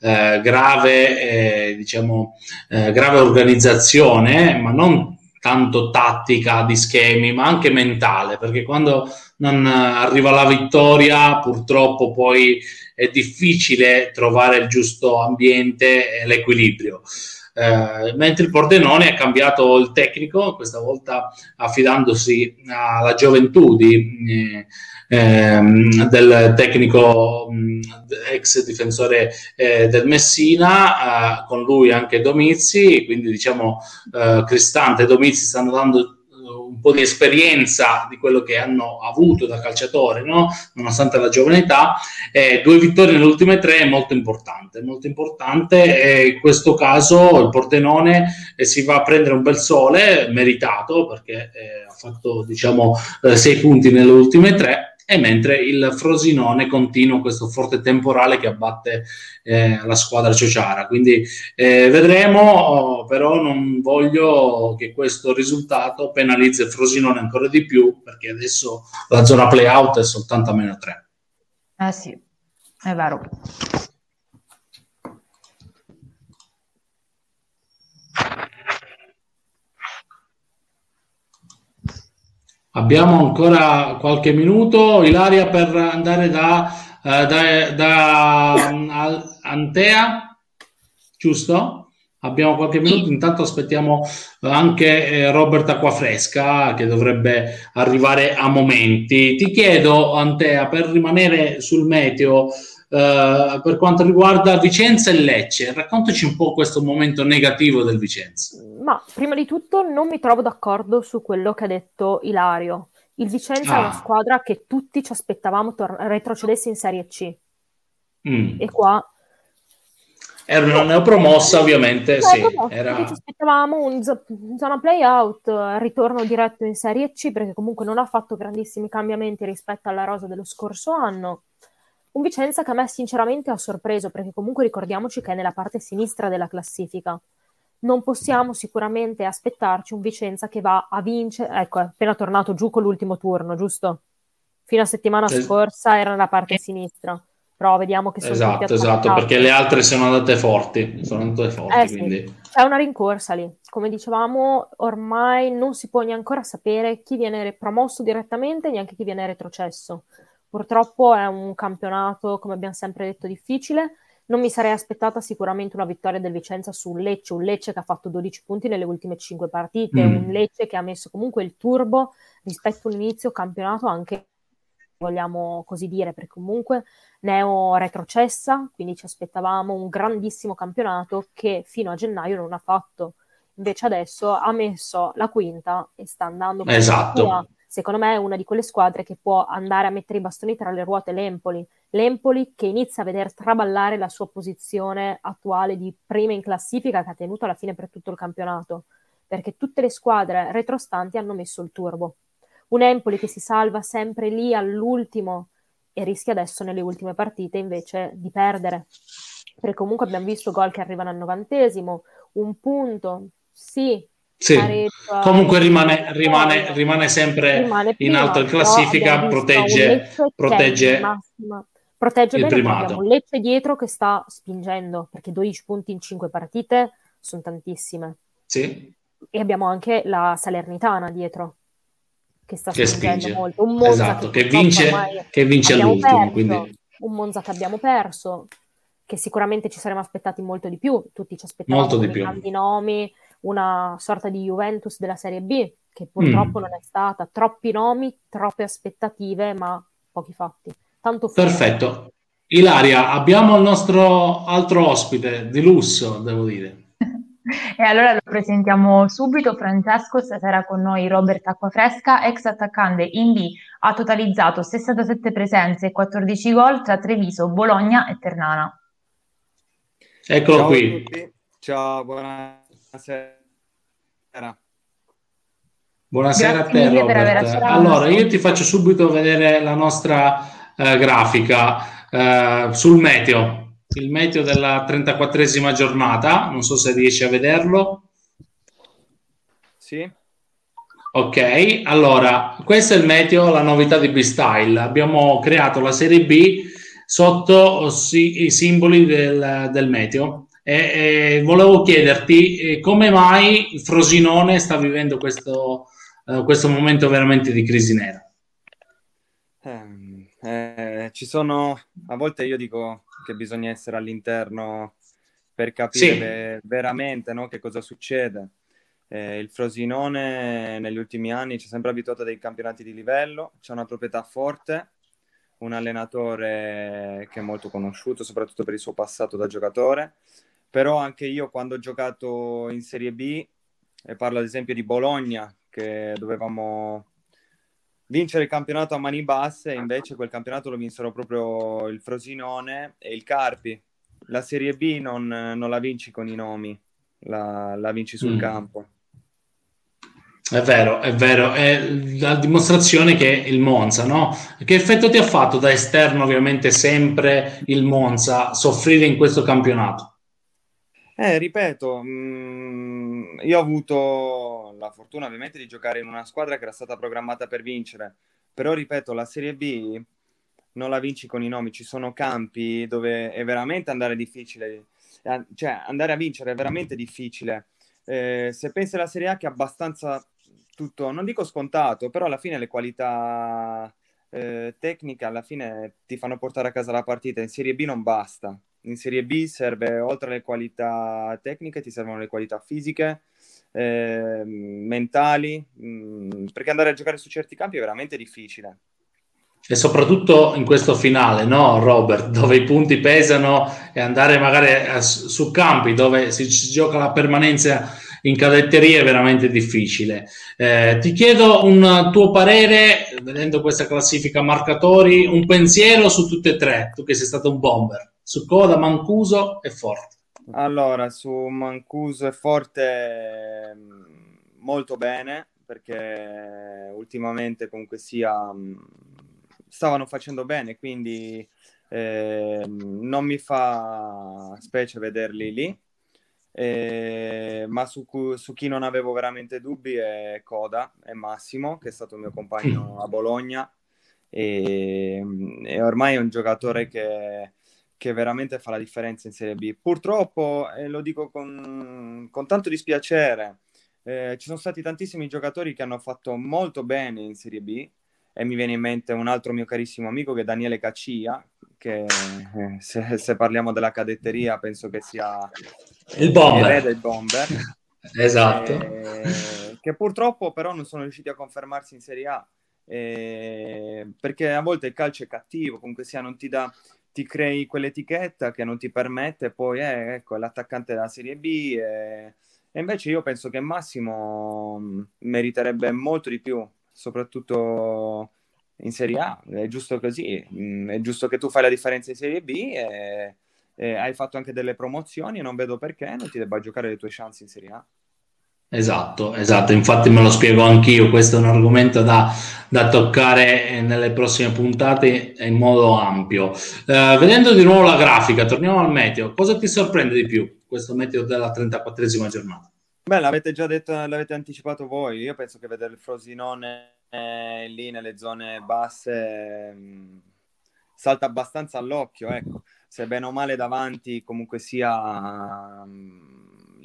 grave organizzazione, ma non tanto tattica di schemi, ma anche mentale, perché quando non arriva la vittoria, purtroppo poi è difficile trovare il giusto ambiente e l'equilibrio. Mentre il Pordenone ha cambiato il tecnico, questa volta affidandosi alla gioventù del tecnico ex difensore del Messina, con lui anche Domizzi, quindi diciamo Cristante e Domizzi stanno dando un po' di esperienza di quello che hanno avuto da calciatore, no? Nonostante la giovane età. 2 vittorie nelle ultime 3 è molto importante, e in questo caso il Pordenone si va a prendere un bel sole meritato, perché ha fatto 6 punti nelle ultime 3, e mentre il Frosinone continua questo forte temporale che abbatte la squadra ciociara. Quindi vedremo, però non voglio che questo risultato penalizzi il Frosinone ancora di più, perché adesso la zona play-out è soltanto a -3. Sì, è vero. Abbiamo ancora qualche minuto, Ilaria, per andare da Antea, giusto? Abbiamo qualche minuto, intanto aspettiamo anche Robert Acquafresca che dovrebbe arrivare a momenti. Ti chiedo, Antea, per rimanere sul meteo, per quanto riguarda Vicenza e Lecce, raccontaci un po' questo momento negativo del Vicenza. Ma prima di tutto non mi trovo d'accordo su quello che ha detto Ilario. Il Vicenza è una squadra che tutti ci aspettavamo retrocedesse in Serie C. E qua era una neopromossa, ovviamente, sì. Era... Ci aspettavamo un zona play-out, ritorno diretto in Serie C, perché comunque non ha fatto grandissimi cambiamenti rispetto alla rosa dello scorso anno. Un Vicenza che a me sinceramente ha sorpreso, perché comunque ricordiamoci che è nella parte sinistra della classifica. Non possiamo sicuramente aspettarci un Vicenza che va a vincere. Ecco, è appena tornato giù con l'ultimo turno, giusto? Fino a settimana scorsa era nella parte sinistra. Però vediamo che sono tutti esatto, perché le altre sono andate forti, quindi. Sì. C'è una rincorsa lì. Come dicevamo, ormai non si può neanche ancora sapere chi viene promosso direttamente e neanche chi viene retrocesso. Purtroppo è un campionato, come abbiamo sempre detto, difficile. Non mi sarei aspettata sicuramente una vittoria del Vicenza sul Lecce, un Lecce che ha fatto 12 punti nelle ultime 5 partite, un Lecce che ha messo comunque il turbo rispetto all'inizio campionato, anche vogliamo così dire, perché comunque neo retrocessa, quindi ci aspettavamo un grandissimo campionato che fino a gennaio non ha fatto. Invece adesso ha messo la quinta e sta andando con la sua. Secondo me è una di quelle squadre che può andare a mettere i bastoni tra le ruote l'Empoli che inizia a veder traballare la sua posizione attuale di prima in classifica che ha tenuto alla fine per tutto il campionato, perché tutte le squadre retrostanti hanno messo il turbo. Un Empoli che si salva sempre lì all'ultimo e rischia adesso nelle ultime partite invece di perdere, perché comunque abbiamo visto gol che arrivano al 90°, un punto, sì. Comunque rimane sempre in alto in classifica, protegge il bene, primato. Abbiamo un Lecce dietro che sta spingendo, perché 12 punti in 5 partite sono tantissime. Sì, E abbiamo anche la Salernitana dietro, che sta che spingendo spinge. molto. Un Monza Esatto, che purtroppo ormai che vince abbiamo all'ultimo, perso, quindi un Monza che abbiamo perso, che sicuramente ci saremmo aspettati molto di più. Tutti ci aspettavamo molto di con i più. grandi nomi, una sorta di Juventus della Serie B, che purtroppo Mm. non è stata. Troppi nomi, troppe aspettative, ma pochi fatti. Tanto fumo. Perfetto. Ilaria, abbiamo il nostro altro ospite di lusso, devo dire. E allora lo presentiamo subito. Francesco, stasera con noi Robert Acquafresca, ex attaccante in B, ha totalizzato 67 presenze e 14 gol tra Treviso, Bologna e Ternana. Eccolo Ciao a qui. tutti, ciao, buonasera. Buonasera a Grazie te, mille per aver Robert. accettato il Allora, nostro io ti invito. faccio subito vedere la nostra grafica sul meteo, il meteo della 34esima giornata. Non so se riesci a vederlo. Sì? Ok, allora, questo è il meteo, la novità di B-Style. Abbiamo creato la serie B sotto i simboli del meteo e volevo chiederti come mai il Frosinone sta vivendo questo momento veramente di crisi nera. Ci sono, a volte io dico che bisogna essere all'interno per capire Sì, veramente, no, che cosa succede. Il Frosinone negli ultimi anni ci è sempre abituato a dei campionati di livello, c'è una proprietà forte, un allenatore che è molto conosciuto, soprattutto per il suo passato da giocatore, però anche io quando ho giocato in Serie B, e parlo ad esempio di Bologna, che dovevamo vincere il campionato a mani basse, e invece quel campionato lo vinsero proprio il Frosinone e il Carpi. La Serie B non la vinci con i nomi, la vinci sul mm. campo. È vero, è la dimostrazione che il Monza, no? Che effetto ti ha fatto da esterno, ovviamente, sempre il Monza soffrire in questo campionato? Ripeto, io ho avuto la fortuna ovviamente di giocare in una squadra che era stata programmata per vincere, però ripeto, la Serie B non la vinci con i nomi, ci sono campi dove è veramente andare difficile, cioè andare a vincere è veramente difficile. Se pensi alla Serie A che è abbastanza tutto, non dico scontato, però alla fine le qualità tecniche alla fine ti fanno portare a casa la partita, in Serie B non basta. In Serie B serve, oltre alle qualità tecniche, ti servono le qualità fisiche, mentali, perché andare a giocare su certi campi è veramente difficile. E soprattutto in questo finale, no, Robert, dove i punti pesano e andare magari su campi dove si gioca la permanenza in cadetteria è veramente difficile. Ti chiedo un tuo parere, vedendo questa classifica marcatori, un pensiero su tutte e tre, tu che sei stato un bomber, su Coda, Mancuso e Forte. Allora, su Mancuso e Forte molto bene, perché ultimamente comunque sia stavano facendo bene, quindi non mi fa specie vederli lì. Ma su chi non avevo veramente dubbi è Coda, è Massimo, che è stato mio compagno a Bologna e ormai è un giocatore che veramente fa la differenza in Serie B. Purtroppo, e lo dico con tanto dispiacere, ci sono stati tantissimi giocatori che hanno fatto molto bene in Serie B e mi viene in mente un altro mio carissimo amico che è Daniele Caccia, che se parliamo della cadetteria penso che sia Il il re bomber. del bomber, Esatto. che purtroppo però non sono riusciti a confermarsi in Serie A, perché a volte il calcio è cattivo, comunque sia non ti dà, ti crei quell'etichetta che non ti permette, poi ecco, è l'attaccante della Serie B e invece io penso che Massimo meriterebbe molto di più, soprattutto in Serie A, è giusto così, è giusto che tu fai la differenza in Serie B e hai fatto anche delle promozioni e non vedo perché non ti debba giocare le tue chance in Serie A. Esatto, esatto, infatti me lo spiego anch'io, questo è un argomento da toccare nelle prossime puntate in modo ampio. Vedendo di nuovo la grafica, torniamo al meteo, cosa ti sorprende di più questo meteo della 34esima giornata? Beh, l'avete già detto, l'avete anticipato voi. Io penso che vedere il Frosinone lì nelle zone basse salta abbastanza all'occhio, ecco. Se bene o male davanti comunque sia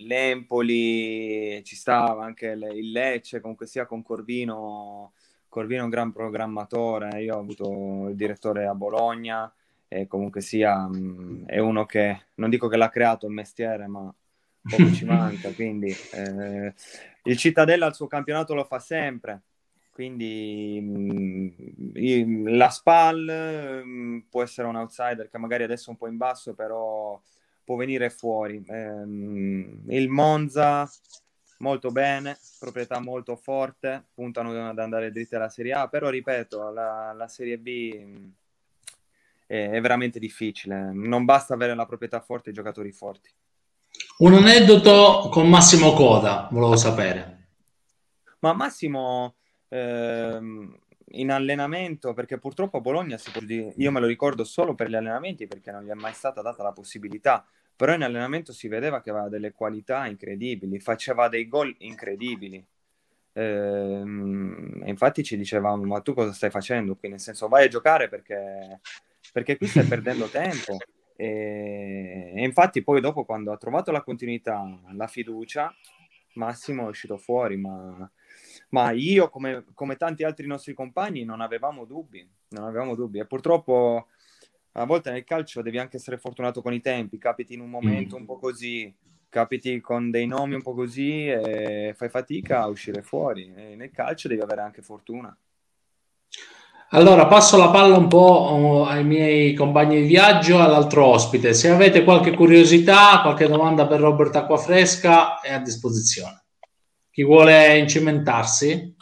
l'Empoli, ci stava anche il Lecce, comunque sia con Corvino è un gran programmatore, io ho avuto il direttore a Bologna e comunque sia è uno che, non dico che l'ha creato il mestiere, ma poco ci manca, quindi il Cittadella il suo campionato lo fa sempre, quindi la SPAL può essere un outsider che magari adesso è un po' in basso, però può venire fuori. Il Monza molto bene, proprietà molto forte, puntano ad andare dritti alla Serie A, però ripeto, la Serie B è veramente difficile, non basta avere la proprietà forte e i giocatori forti. Un aneddoto con Massimo Coda, volevo sapere. Ma Massimo in allenamento, perché purtroppo a Bologna io me lo ricordo solo per gli allenamenti perché non gli è mai stata data la possibilità, però in allenamento si vedeva che aveva delle qualità incredibili, faceva dei gol incredibili. E infatti ci dicevamo, ma tu cosa stai facendo qui? Nel senso, vai a giocare perché qui stai perdendo tempo. E infatti poi dopo, quando ha trovato la continuità, la fiducia, Massimo è uscito fuori, ma io come tanti altri nostri compagni non avevamo dubbi e purtroppo a volte nel calcio devi anche essere fortunato con i tempi, capiti in un momento un po' così, capiti con dei nomi un po' così e fai fatica a uscire fuori, e nel calcio devi avere anche fortuna. Allora passo la palla un po' ai miei compagni di viaggio, all'altro ospite. Se avete qualche curiosità, qualche domanda per Robert Acquafresca è a disposizione. Chi vuole incimentarsi?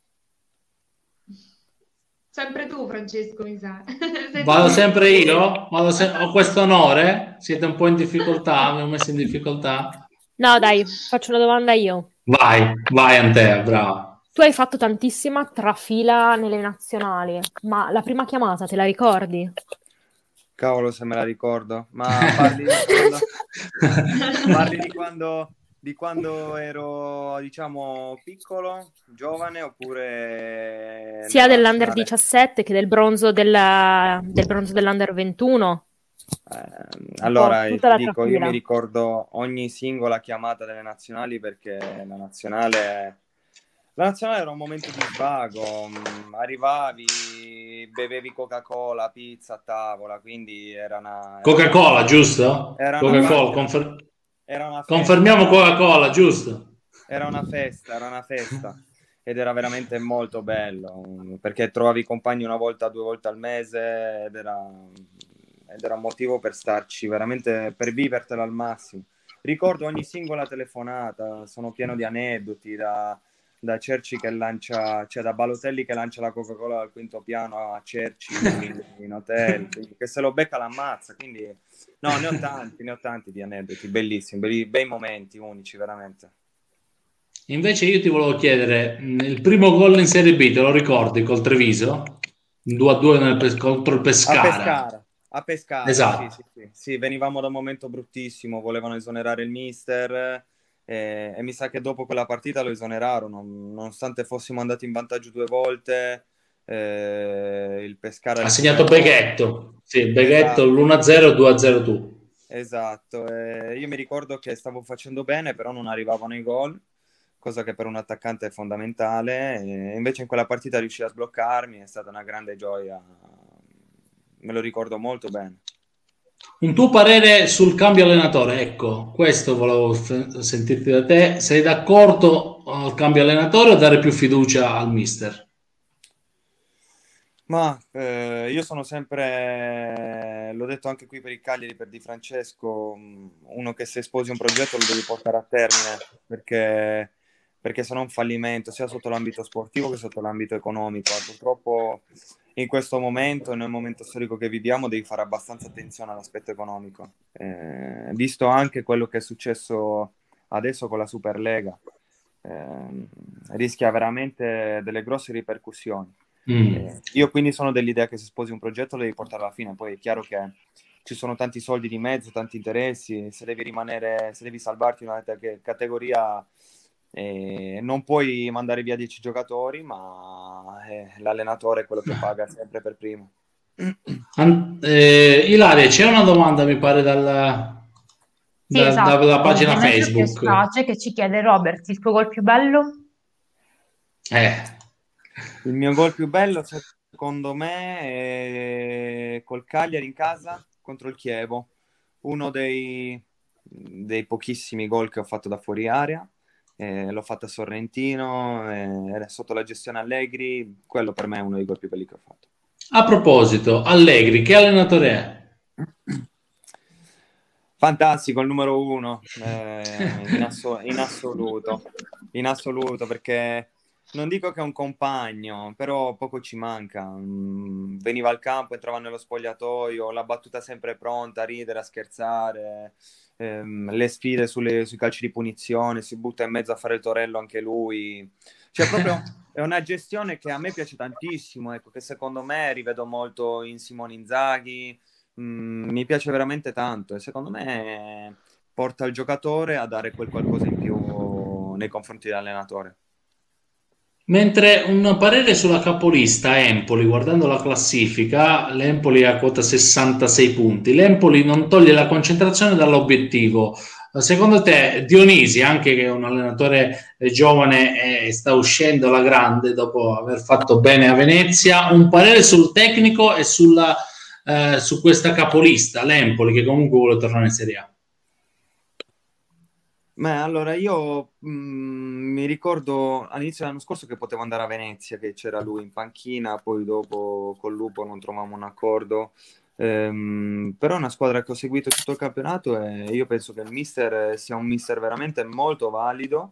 Sempre tu, Francesco, mi sa. Sei Vado tu. sempre io? Ho questo onore? Siete un po' in difficoltà? Mi ho messo in difficoltà? No, dai, faccio una domanda io. Vai Antea, brava. Tu hai fatto tantissima trafila nelle nazionali, ma la prima chiamata te la ricordi? Cavolo se me la ricordo, ma parli di quando ero, diciamo, piccolo, giovane, oppure Sia nella dell'Under nazionale? 17 che del bronzo dell'Under 21. Allora, tutta ti la dico, io mi trafila. ricordo ogni singola chiamata delle nazionali perché la nazionale era un momento di svago, arrivavi, bevevi Coca-Cola, pizza a tavola, quindi Coca-Cola, giusto? era una Coca-Cola, era una festa, confermiamo Coca-Cola, giusto? era una festa ed era veramente molto bello perché trovavi i compagni una volta, 2 volte al mese ed era un motivo per starci veramente, per vivertela al massimo. Ricordo ogni singola telefonata, sono pieno di aneddoti da Cerci che lancia, cioè da Balotelli che lancia la Coca-Cola dal quinto piano a Cerci in hotel, che se lo becca l'ammazza, quindi no, ne ho tanti di aneddoti, bellissimi, bei momenti unici, veramente. Invece io ti volevo chiedere, il primo gol in Serie B, te lo ricordi col Treviso? 2-2 contro il Pescara. A Pescara, Esatto. sì, venivamo da un momento bruttissimo, volevano esonerare il mister e mi sa che dopo quella partita lo esonerarono, nonostante fossimo andati in vantaggio 2 volte, il Pescara Ha segnato Beghetto, sì, Beghetto Esatto. l'1-0 e 2-0 tu. Esatto, io mi ricordo che stavo facendo bene, però non arrivavano i gol, cosa che per un attaccante è fondamentale, e invece in quella partita riuscii a sbloccarmi, è stata una grande gioia, me lo ricordo molto bene. Un tuo parere sul cambio allenatore? Ecco, questo volevo sentirti da te. Sei d'accordo al cambio allenatore o dare più fiducia al mister? Ma io sono sempre, l'ho detto anche qui per il Cagliari, per Di Francesco, uno che se sposi un progetto lo devi portare a termine, perché se no è un fallimento, sia sotto l'ambito sportivo che sotto l'ambito economico. Purtroppo in questo momento, nel momento storico che viviamo, devi fare abbastanza attenzione all'aspetto economico, visto anche quello che è successo adesso con la Superlega, rischia veramente delle grosse ripercussioni. Io quindi sono dell'idea che se sposi un progetto lo devi portare alla fine, poi è chiaro che ci sono tanti soldi di mezzo, tanti interessi, se devi salvarti una categoria non puoi mandare via 10 giocatori, ma l'allenatore è quello che paga sempre per primo. Ilaria, c'è una domanda mi pare Sì, esatto, dalla pagina Demetrio Facebook. Piestace che ci chiede: Robert, il tuo gol più bello? Il mio gol più bello, secondo me, è col Cagliari in casa contro il Chievo. Uno dei pochissimi gol che ho fatto da fuori area. L'ho fatto a Sorrentino, era sotto la gestione Allegri. Quello per me è uno dei gol più belli che ho fatto. A proposito, Allegri, che allenatore è? Fantastico, il numero uno, in assoluto, perché non dico che è un compagno, però poco ci manca. Veniva al campo, entrava nello spogliatoio, la battuta sempre pronta, a ridere, a scherzare, le sfide sui calci di punizione, si butta in mezzo a fare il torello anche lui. Cioè proprio è una gestione che a me piace tantissimo, ecco, che secondo me rivedo molto in Simone Inzaghi. Mi piace veramente tanto e secondo me porta il giocatore a dare quel qualcosa in più nei confronti dell'allenatore. Mentre un parere sulla capolista Empoli, guardando la classifica, l'Empoli è a quota 66 punti. L'Empoli non toglie la concentrazione dall'obiettivo. Secondo te, Dionisi, anche che è un allenatore giovane e sta uscendo alla grande dopo aver fatto bene a Venezia, un parere sul tecnico e su questa capolista, l'Empoli, che comunque vuole tornare in Serie A? Ma allora io mi ricordo all'inizio dell'anno scorso che potevo andare a Venezia, che c'era lui in panchina, poi dopo col Lupo non trovavamo un accordo. Però è una squadra che ho seguito tutto il campionato e io penso che il mister sia un mister veramente molto valido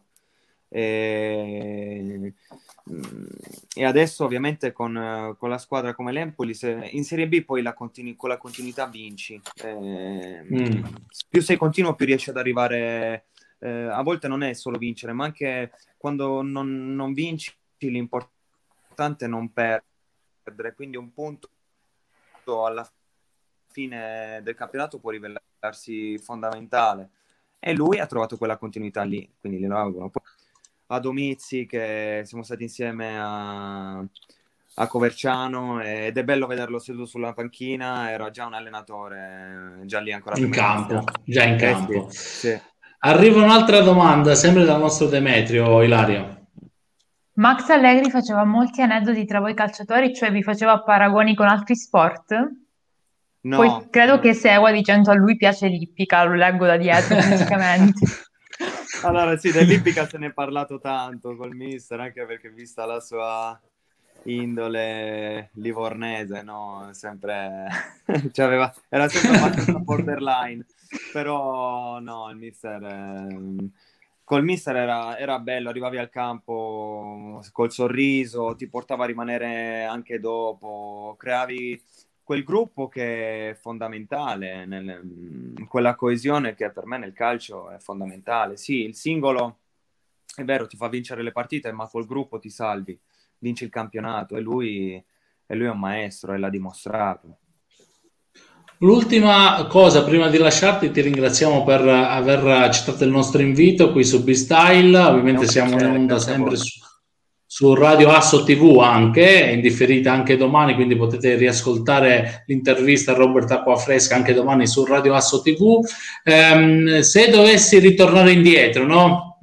e adesso ovviamente con la squadra come l'Empoli in Serie B poi con la continuità vinci. Più sei continuo più riesci ad arrivare. A volte non è solo vincere, ma anche quando non vinci, l'importante è non perdere. Quindi un punto alla fine del campionato può rivelarsi fondamentale. E lui ha trovato quella continuità lì, quindi glielo auguro. Poi a Domizzi, che siamo stati insieme a Coverciano ed è bello vederlo seduto sulla panchina, era già un allenatore, già lì ancora In campo, già in campo. Sì. Arriva un'altra domanda, sempre dal nostro Demetrio, Ilaria. Max Allegri faceva molti aneddoti tra voi calciatori, cioè vi faceva paragoni con altri sport? No, poi credo che segua dicendo a lui piace l'ippica, lo leggo da dietro fisicamente. Allora sì, dell'ippica se ne è parlato tanto col mister, anche perché vista la sua indole livornese, no? Sempre era sempre abbastanza borderline, però no, il mister col mister era bello, arrivavi al campo col sorriso, ti portava a rimanere anche dopo, creavi quel gruppo che è fondamentale, quella coesione che per me nel calcio è fondamentale. Sì, il singolo è vero, ti fa vincere le partite, ma col gruppo ti salvi, vinci il campionato e lui è un maestro e l'ha dimostrato. L'ultima cosa, prima di lasciarti, ti ringraziamo per aver accettato il nostro invito qui su B-Style. Ovviamente siamo in onda sempre su Radio Asso TV anche, in differita anche domani, quindi potete riascoltare l'intervista a Robert Acquafresca anche domani su Radio Asso TV. Se dovessi ritornare indietro, no?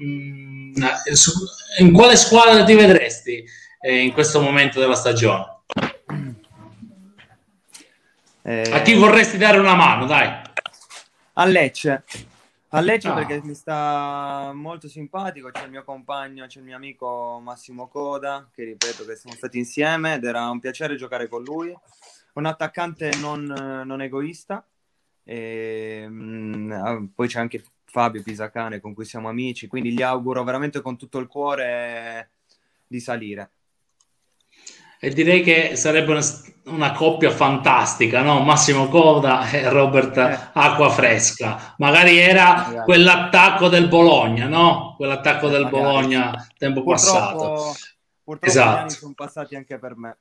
In quale squadra ti vedresti in questo momento della stagione? A chi vorresti dare una mano, dai? A Lecce perché mi sta molto simpatico, c'è il mio compagno, c'è il mio amico Massimo Coda, che ripeto che siamo stati insieme ed era un piacere giocare con lui, un attaccante non egoista, e poi c'è anche Fabio Pisacane con cui siamo amici, quindi gli auguro veramente con tutto il cuore di salire. E direi che sarebbe una coppia fantastica, no? Massimo Coda e Robert Acquafresca. Magari era quell'attacco del Bologna, no? Quell'attacco del magari. Bologna tempo passato. Purtroppo esatto. Gli anni sono passati anche per me.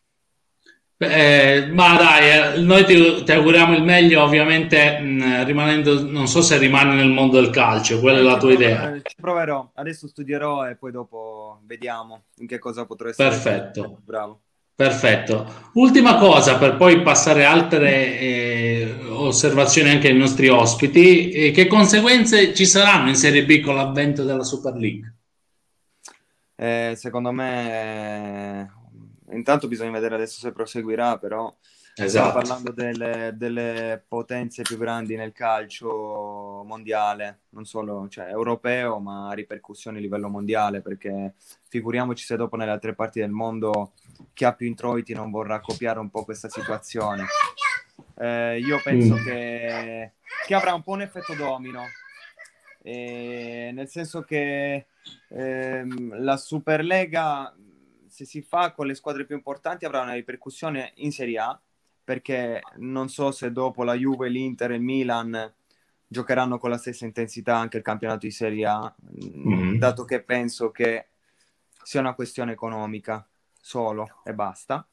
Ma dai, noi ti auguriamo il meglio, ovviamente rimanendo, non so se rimane nel mondo del calcio, quella è la tua idea. Ci proverò, adesso studierò e poi dopo vediamo in che cosa potrò essere. Perfetto. Bravo. Perfetto. Ultima cosa per poi passare a altre osservazioni anche ai nostri ospiti. Che conseguenze ci saranno in Serie B con l'avvento della Super League? Secondo me, intanto bisogna vedere adesso se proseguirà, però stiamo Esatto. parlando delle potenze più grandi nel calcio mondiale, non solo, cioè, europeo, ma ha ripercussioni a livello mondiale, perché figuriamoci se dopo nelle altre parti del mondo chi ha più introiti non vorrà copiare un po' questa situazione. Io penso che avrà un po' un effetto domino, nel senso che la Superlega, se si fa con le squadre più importanti, avrà una ripercussione in Serie A, perché non so se dopo la Juve, l'Inter e il Milan giocheranno con la stessa intensità anche il campionato di Serie A, dato che penso che sia una questione economica solo e basta.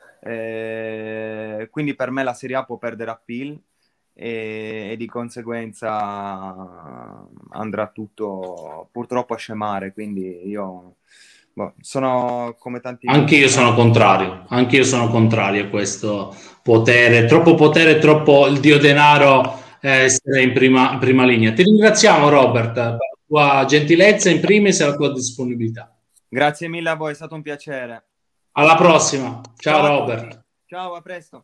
Quindi per me la Serie A può perdere appeal e di conseguenza andrà tutto purtroppo a scemare, quindi io sono come tanti. Anche io sono contrario a questo potere, troppo il dio denaro essere in prima linea. Ti ringraziamo, Robert, per la tua gentilezza in primis e la tua disponibilità. Grazie mille a voi, è stato un piacere. Alla prossima. Ciao Robert. Ciao, a presto.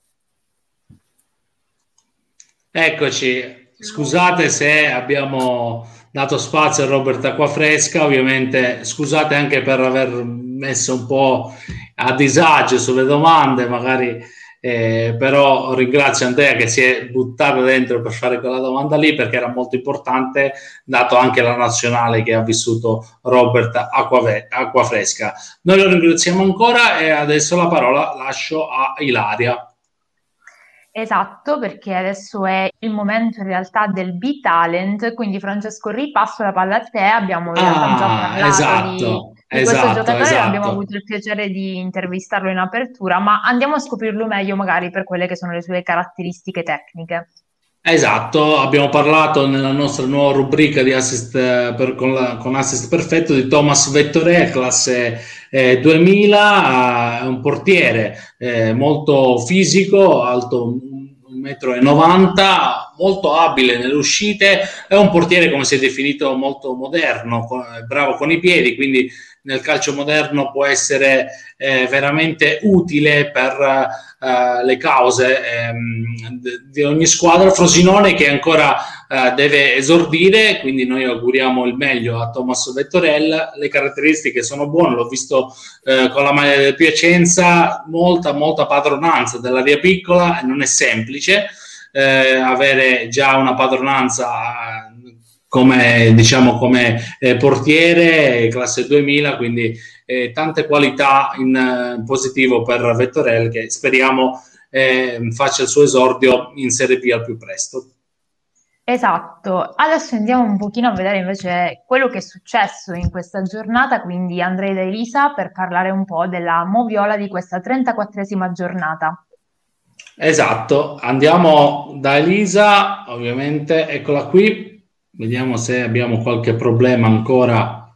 Eccoci, scusate se abbiamo dato spazio a Robert Acquafresca, ovviamente scusate anche per aver messo un po' a disagio sulle domande, magari, però ringrazio Andrea che si è buttato dentro per fare quella domanda lì, perché era molto importante, dato anche la nazionale che ha vissuto Robert Acquafresca. Noi lo ringraziamo ancora e adesso la parola lascio a Ilaria. Esatto, perché adesso è il momento in realtà del B-Talent, quindi Francesco ripasso la palla a te, abbiamo in realtà già parlato di questo giocatore, abbiamo avuto il piacere di intervistarlo in apertura, ma andiamo a scoprirlo meglio magari per quelle che sono le sue caratteristiche tecniche. Esatto, abbiamo parlato nella nostra nuova rubrica di assist con assist perfetto di Thomas Vettoré, classe 2000, un portiere molto fisico, alto 1,90 m, molto abile nelle uscite, è un portiere, come si è definito, molto moderno, bravo con i piedi, quindi nel calcio moderno può essere veramente utile per le cause di ogni squadra. Frosinone che ancora deve esordire, quindi noi auguriamo il meglio a Thomas Vettorel. Le caratteristiche sono buone, l'ho visto con la maglia del Piacenza, molta padronanza dell'area piccola, e non è semplice avere già una padronanza come portiere classe 2000, quindi tante qualità in positivo per Vettorel, che speriamo faccia il suo esordio in Serie B al più presto. Esatto, adesso andiamo un pochino a vedere invece quello che è successo in questa giornata, quindi andrei da Elisa per parlare un po' della moviola di questa 34esima giornata. Esatto, andiamo da Elisa, ovviamente, eccola qui. Vediamo se abbiamo qualche problema ancora.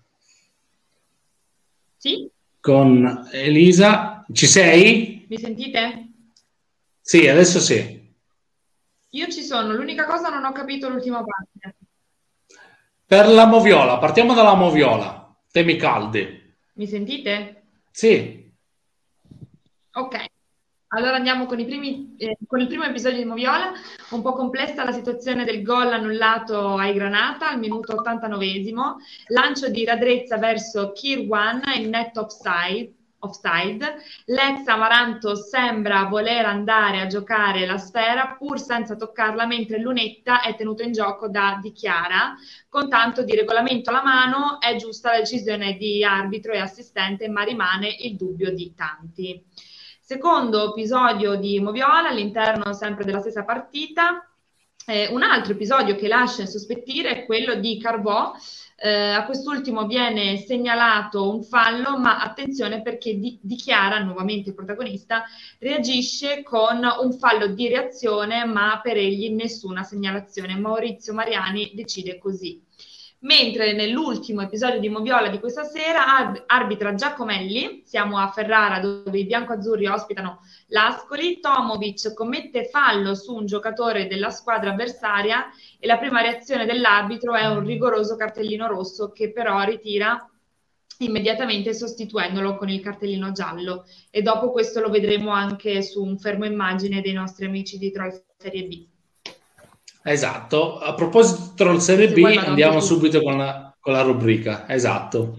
Sì? Con Elisa. Ci sei? Mi sentite? Sì, adesso sì. Io ci sono, l'unica cosa non ho capito l'ultima parte. Per la moviola, partiamo dalla moviola. Temi caldi. Mi sentite? Sì. Ok. Allora andiamo con il primo episodio di Moviola, un po' complessa la situazione del gol annullato ai Granata al minuto 89esimo, lancio di Radrezza verso Kirwan in net offside. L'ex Amaranto sembra voler andare a giocare la sfera pur senza toccarla, mentre Lunetta è tenuto in gioco da Di Chiara. Con tanto di regolamento alla mano è giusta la decisione di arbitro e assistente, ma rimane il dubbio di tanti. Secondo episodio di Moviola, all'interno sempre della stessa partita. Un altro episodio che lascia insospettire è quello di Carbò. A quest'ultimo viene segnalato un fallo, ma attenzione perché Di Chiara, nuovamente il protagonista, reagisce con un fallo di reazione, ma per egli nessuna segnalazione. Maurizio Mariani decide così. Mentre nell'ultimo episodio di Moviola di questa sera arbitra Giacomelli, siamo a Ferrara dove i biancoazzurri ospitano l'Ascoli, Tomovic commette fallo su un giocatore della squadra avversaria e la prima reazione dell'arbitro è un rigoroso cartellino rosso che però ritira immediatamente sostituendolo con il cartellino giallo, e dopo questo lo vedremo anche su un fermo immagine dei nostri amici di Troll Serie B. Esatto, a proposito di Troll Serie B andiamo subito con la rubrica, esatto.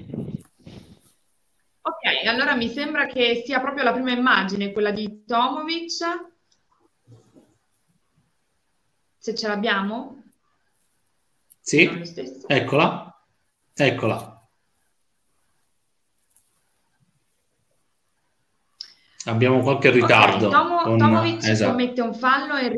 Ok, allora mi sembra che sia proprio la prima immagine, quella di Tomovic, se ce l'abbiamo? Sì, eccola. Abbiamo qualche ritardo. Okay, Tomovic commette un fallo e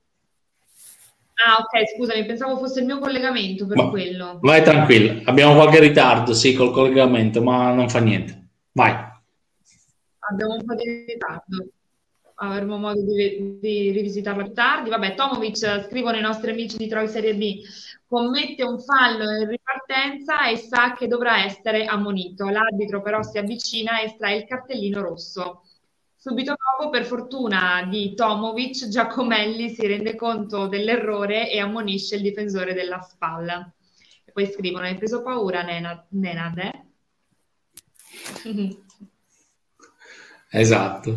ok, scusami, pensavo fosse il mio collegamento per quello. Vai tranquillo, abbiamo qualche ritardo, sì, col collegamento, ma non fa niente. Vai. Abbiamo un po' di ritardo. Avremo modo di rivisitarlo più tardi. Vabbè, Tomovic, scrivono i nostri amici di Troll Serie B, commette un fallo in ripartenza e sa che dovrà essere ammonito. L'arbitro però si avvicina e estrae il cartellino rosso. Subito dopo, per fortuna di Tomovic, Giacomelli si rende conto dell'errore e ammonisce il difensore della spalla. E poi scrivono: hai preso paura, Nenad? Esatto.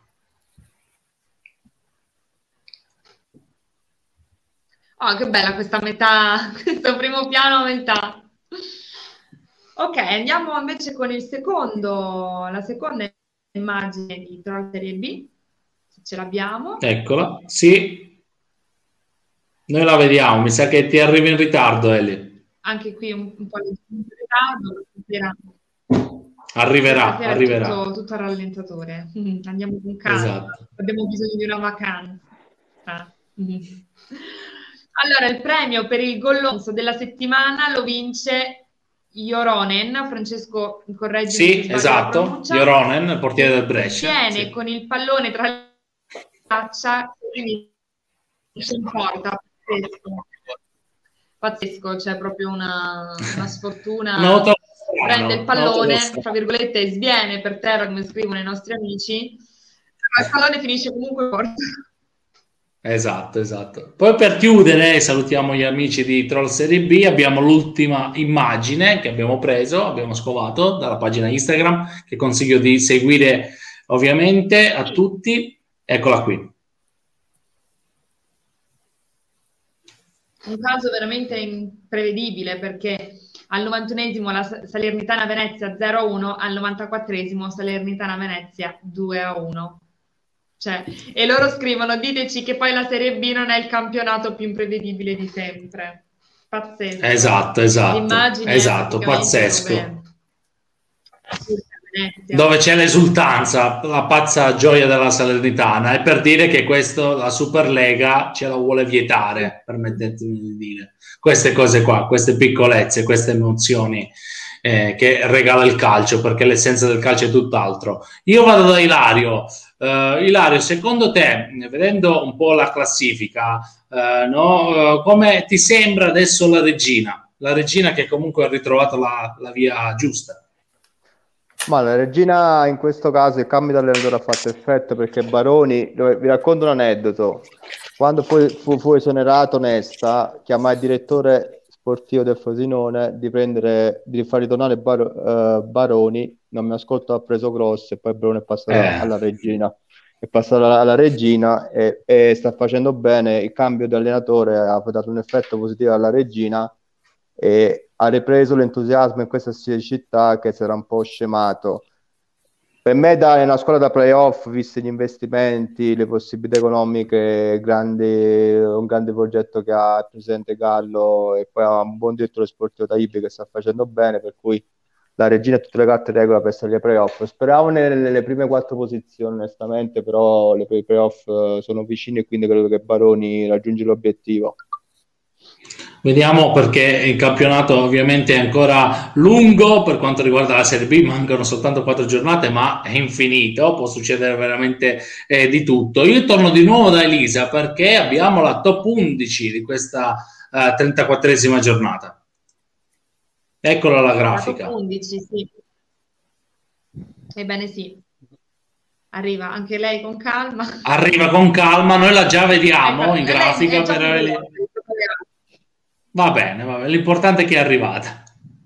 Oh, che bella questa metà, questo primo piano a metà. Ok, andiamo invece con la seconda immagine di Troll Serie B, se ce l'abbiamo. Eccola, sì. Noi la vediamo, mi sa che ti arrivi in ritardo, Eli. Anche qui un po' di ritardo. Arriverà. Tutto al rallentatore. Andiamo con calma. Esatto. Abbiamo bisogno di una vacanza. Allora, il premio per il gollonzo della settimana lo vince Joronen. Francesco, correggimi. Sì, esatto. Joronen, portiere del Brescia. Viene con il pallone tra le braccia e finisce in porta. Pazzesco, c'è proprio una sfortuna. Prende il pallone, tra virgolette, e sviene per terra, come scrivono i nostri amici, ma il pallone finisce comunque in porta. Esatto. Poi per chiudere, salutiamo gli amici di Troll Serie B, abbiamo l'ultima immagine che abbiamo scovato dalla pagina Instagram, che consiglio di seguire ovviamente a tutti. Eccola qui. Un caso veramente imprevedibile, perché al 91esimo la Salernitana Venezia 0-1, al 94esimo Salernitana Venezia 2-1. Cioè, e loro scrivono: diteci che poi la Serie B non è il campionato più imprevedibile di sempre. Pazzesco. Esatto, pazzesco. Dove c'è l'esultanza, la pazza gioia della Salernitana, è per dire che questo la Superlega ce la vuole vietare, permettetemi di dire. Queste cose qua, queste piccolezze, queste emozioni che regala il calcio, perché l'essenza del calcio è tutt'altro. Io vado da Ilario. Ilario, secondo te, vedendo un po' la classifica, come ti sembra adesso la regina che comunque ha ritrovato la via giusta? Ma la regina in questo caso il cambio di allenatore ha fatto effetto, perché Baroni, vi racconto un aneddoto, quando poi fu esonerato Nesta, chiamai il direttore sportivo del Frosinone di far ritornare Baroni, non mi ascoltò, ha preso grosso, e poi Baroni è passato alla regina. È passato alla regina e sta facendo bene. Il cambio di allenatore ha dato un effetto positivo alla regina e ha ripreso l'entusiasmo in questa città che si era un po' scemato. Per me è una squadra da playoff, visti gli investimenti, le possibilità economiche, un grande progetto che ha il presidente Gallo, e poi ha un buon direttore sportivo Taibbi che sta facendo bene, per cui la regina ha tutte le carte regola per stare ai playoff. Speravo nelle prime 4 posizioni, onestamente, però i playoff sono vicini e quindi credo che Baroni raggiunge l'obiettivo. Vediamo, perché il campionato ovviamente è ancora lungo. Per quanto riguarda la Serie B mancano soltanto 4 giornate, ma è infinito, può succedere veramente di tutto. Io torno di nuovo da Elisa, perché abbiamo la top 11 di questa 34esima giornata. Eccola la La grafica. top 11, sì. Ebbene sì. Arriva anche lei con calma. Arriva con calma, noi la già vediamo Ecco, in lei grafica. è già pervenuta. Va bene, l'importante è che è arrivata.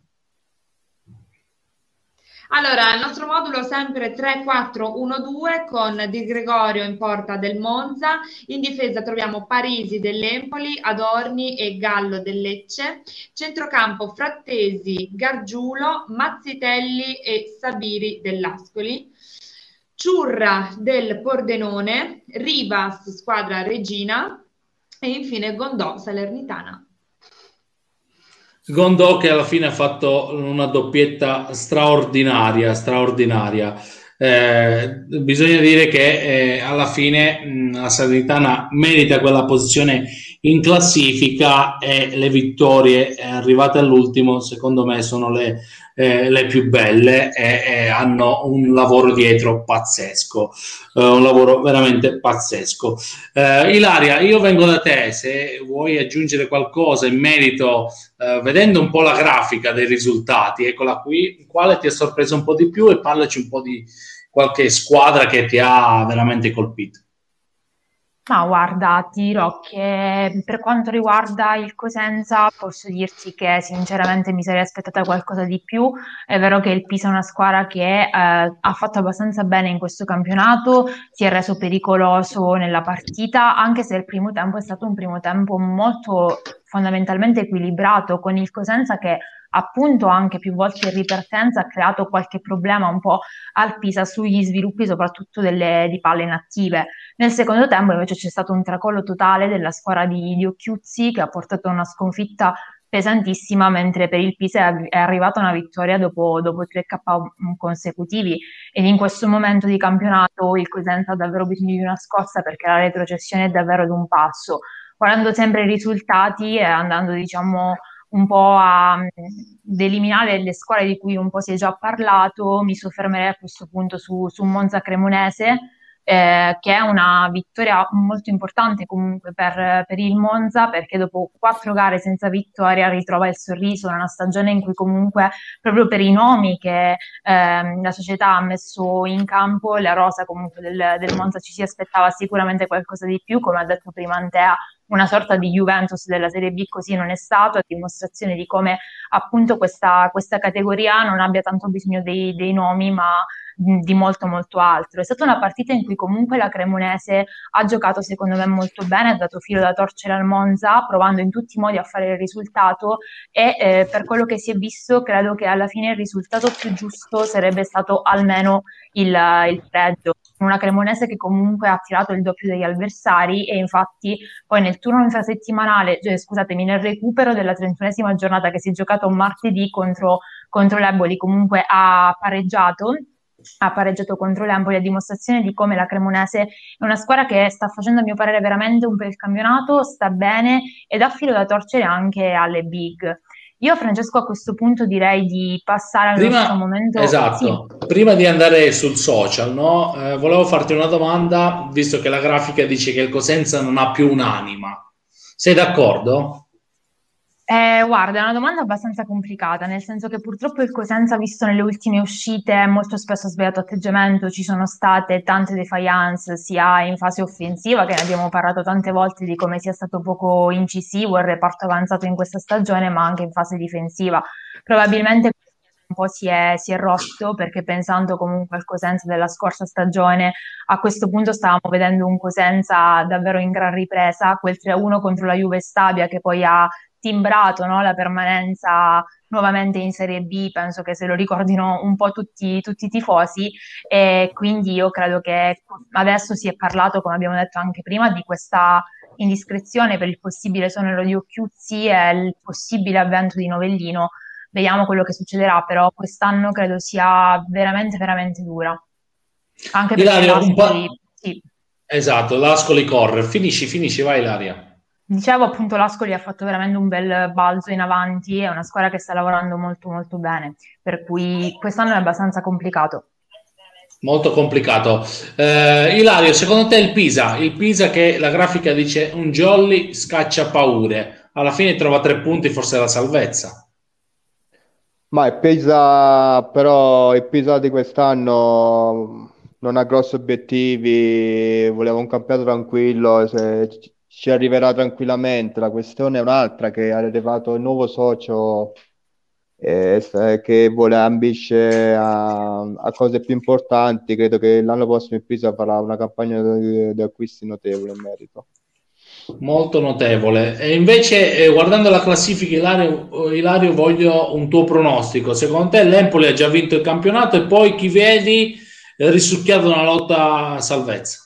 Allora, il nostro modulo sempre 3-4-1-2 con Di Gregorio in porta del Monza, in difesa troviamo Parisi dell'Empoli, Adorni e Gallo del Lecce, centrocampo Frattesi, Gargiulo, Mazzitelli e Sabiri dell'Ascoli, Ciurra del Pordenone, Rivas squadra Regina e infine Gondò Salernitana. Gondò che alla fine ha fatto una doppietta straordinaria. Bisogna dire che alla fine la Salernitana merita quella posizione in classifica e le vittorie arrivate all'ultimo secondo me sono le più belle e hanno un lavoro dietro pazzesco, un lavoro veramente pazzesco. Ilaria, io vengo da te, se vuoi aggiungere qualcosa in merito, vedendo un po' la grafica dei risultati, eccola qui, quale ti ha sorpreso un po' di più e parlaci un po' di qualche squadra che ti ha veramente colpito. Ma guarda, ti dirò che per quanto riguarda il Cosenza posso dirti che sinceramente mi sarei aspettata qualcosa di più. È vero che il Pisa è una squadra che ha fatto abbastanza bene in questo campionato, si è reso pericoloso nella partita, anche se il primo tempo è stato un primo tempo molto fondamentalmente equilibrato, con il Cosenza che appunto anche più volte in ripartenza ha creato qualche problema un po' al Pisa sugli sviluppi soprattutto di palle inattive. Nel secondo tempo invece c'è stato un tracollo totale della squadra di Occhiuzzi che ha portato a una sconfitta pesantissima, mentre per il Pisa è arrivata una vittoria dopo 3 KO consecutivi ed in questo momento di campionato il Cosenza ha davvero bisogno di una scossa perché la retrocessione è davvero ad un passo. Guardando sempre i risultati e andando diciamo un po' ad eliminare le squadre di cui un po' si è già parlato, mi soffermerei a questo punto su Monza Cremonese, che è una vittoria molto importante comunque per il Monza, perché dopo 4 gare senza vittoria ritrova il sorriso in una stagione in cui comunque proprio per i nomi che la società ha messo in campo, la rosa comunque del Monza ci si aspettava sicuramente qualcosa di più, come ha detto prima Antea, una sorta di Juventus della Serie B così non è stato, a dimostrazione di come appunto questa categoria non abbia tanto bisogno dei nomi, ma di molto molto altro. È stata una partita in cui comunque la Cremonese ha giocato secondo me molto bene, ha dato filo da torcere al Monza, provando in tutti i modi a fare il risultato e per quello che si è visto credo che alla fine il risultato più giusto sarebbe stato almeno il pareggio. Una Cremonese che comunque ha tirato il doppio degli avversari e infatti poi nel turno infrasettimanale, nel recupero della 31esima giornata che si è giocato martedì contro l'Empoli, comunque ha pareggiato contro l'Empoli, a dimostrazione di come la Cremonese è una squadra che sta facendo a mio parere veramente un bel campionato, sta bene ed ha filo da torcere anche alle big. Io Francesco a questo punto direi di passare al nostro momento. Esatto, sì. Prima di andare sul social, no? Volevo farti una domanda, visto che la grafica dice che il Cosenza non ha più un'anima. Sei d'accordo? Guarda, è una domanda abbastanza complicata, nel senso che purtroppo il Cosenza, visto nelle ultime uscite, molto spesso ha sbagliato atteggiamento, ci sono state tante defiance sia in fase offensiva, che ne abbiamo parlato tante volte di come sia stato poco incisivo il reparto avanzato in questa stagione, ma anche in fase difensiva. Probabilmente un po' si è rotto, perché pensando comunque al Cosenza della scorsa stagione, a questo punto stavamo vedendo un Cosenza davvero in gran ripresa, quel 3-1 contro la Juve Stabia che poi ha timbrato, no, la permanenza nuovamente in Serie B, penso che se lo ricordino un po' tutti i tifosi e quindi io credo che adesso si è parlato, come abbiamo detto anche prima, di questa indiscrezione per il possibile esonero di Occhiuzzi e il possibile avvento di Novellino. Vediamo quello che succederà, però quest'anno credo sia veramente veramente dura. Anche perché Ilaria, sì. Esatto, l'Ascoli corre. Finisci, vai Ilaria. Dicevo appunto l'Ascoli ha fatto veramente un bel balzo in avanti, è una squadra che sta lavorando molto molto bene, per cui quest'anno è abbastanza complicato. Molto complicato. Ilario, secondo te il Pisa che la grafica dice un jolly scaccia paure, alla fine trova 3 punti, forse la salvezza? Ma il Pisa di quest'anno non ha grossi obiettivi, voleva un campionato tranquillo, se ci arriverà tranquillamente. La questione è un'altra, che è arrivato il nuovo socio che ambisce a cose più importanti. Credo che l'anno prossimo il Pisa farà una campagna di acquisti notevole in merito. Molto notevole. E invece, guardando la classifica, Ilario, voglio un tuo pronostico. Secondo te l'Empoli ha già vinto il campionato e poi chi vedi risucchiato nella lotta a salvezza?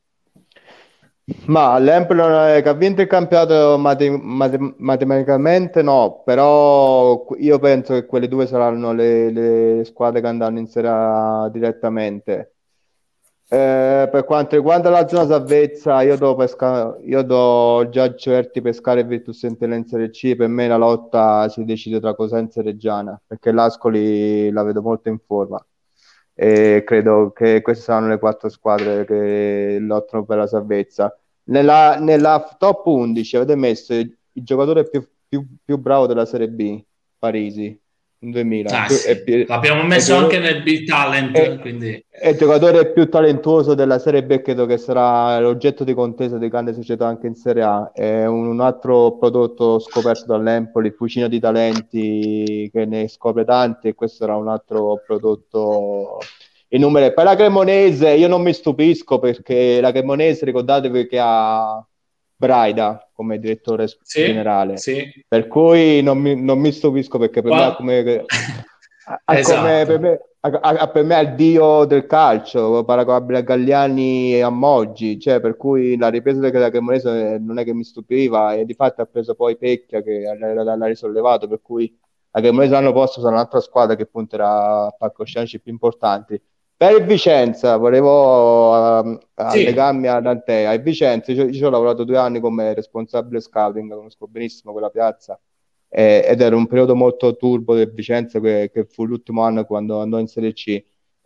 Ma l'Empoli non è che ha vinto il campionato matematicamente no, però io penso che quelle due saranno le squadre che andranno in Serie A direttamente. Per quanto riguarda la zona salvezza, io do già certi Pescara e Virtus Entella in Serie C. Per me la lotta si decide tra Cosenza e Reggiana, perché l'Ascoli la vedo molto in forma e credo che queste saranno le 4 squadre che lottano per la salvezza. Nella top 11 avete messo il giocatore più bravo della Serie B, Parisi, in 2000. Ah sì, l'abbiamo messo anche nel Big Talent, quindi... È il giocatore più talentuoso della Serie B, credo che sarà l'oggetto di contesa di grande società anche in Serie A. È un altro prodotto scoperto dall'Empoli, fucina di talenti che ne scopre tanti, e questo sarà un altro prodotto in numero. Per la Cremonese io non mi stupisco, perché la Cremonese, ricordatevi che ha Braida come direttore generale, sì. per cui non mi stupisco, perché per me è come... Esatto. Per me è il dio del calcio, paragonabile a Galliani e a Moggi, cioè, per cui la ripresa della Cremonese non è che mi stupiva, e di fatto ha preso poi Pecchia che l'ha risollevato, per cui la Cremonese l'anno prossimo sarà un'altra squadra che punterà a palcoscenici più importanti. Per il Vicenza volevo allegarmi ad Antea. Il Vicenza, io ci ho lavorato 2 anni come responsabile scouting, conosco benissimo quella piazza, ed era un periodo molto turbo del Vicenza, che fu l'ultimo anno quando andò in Serie C.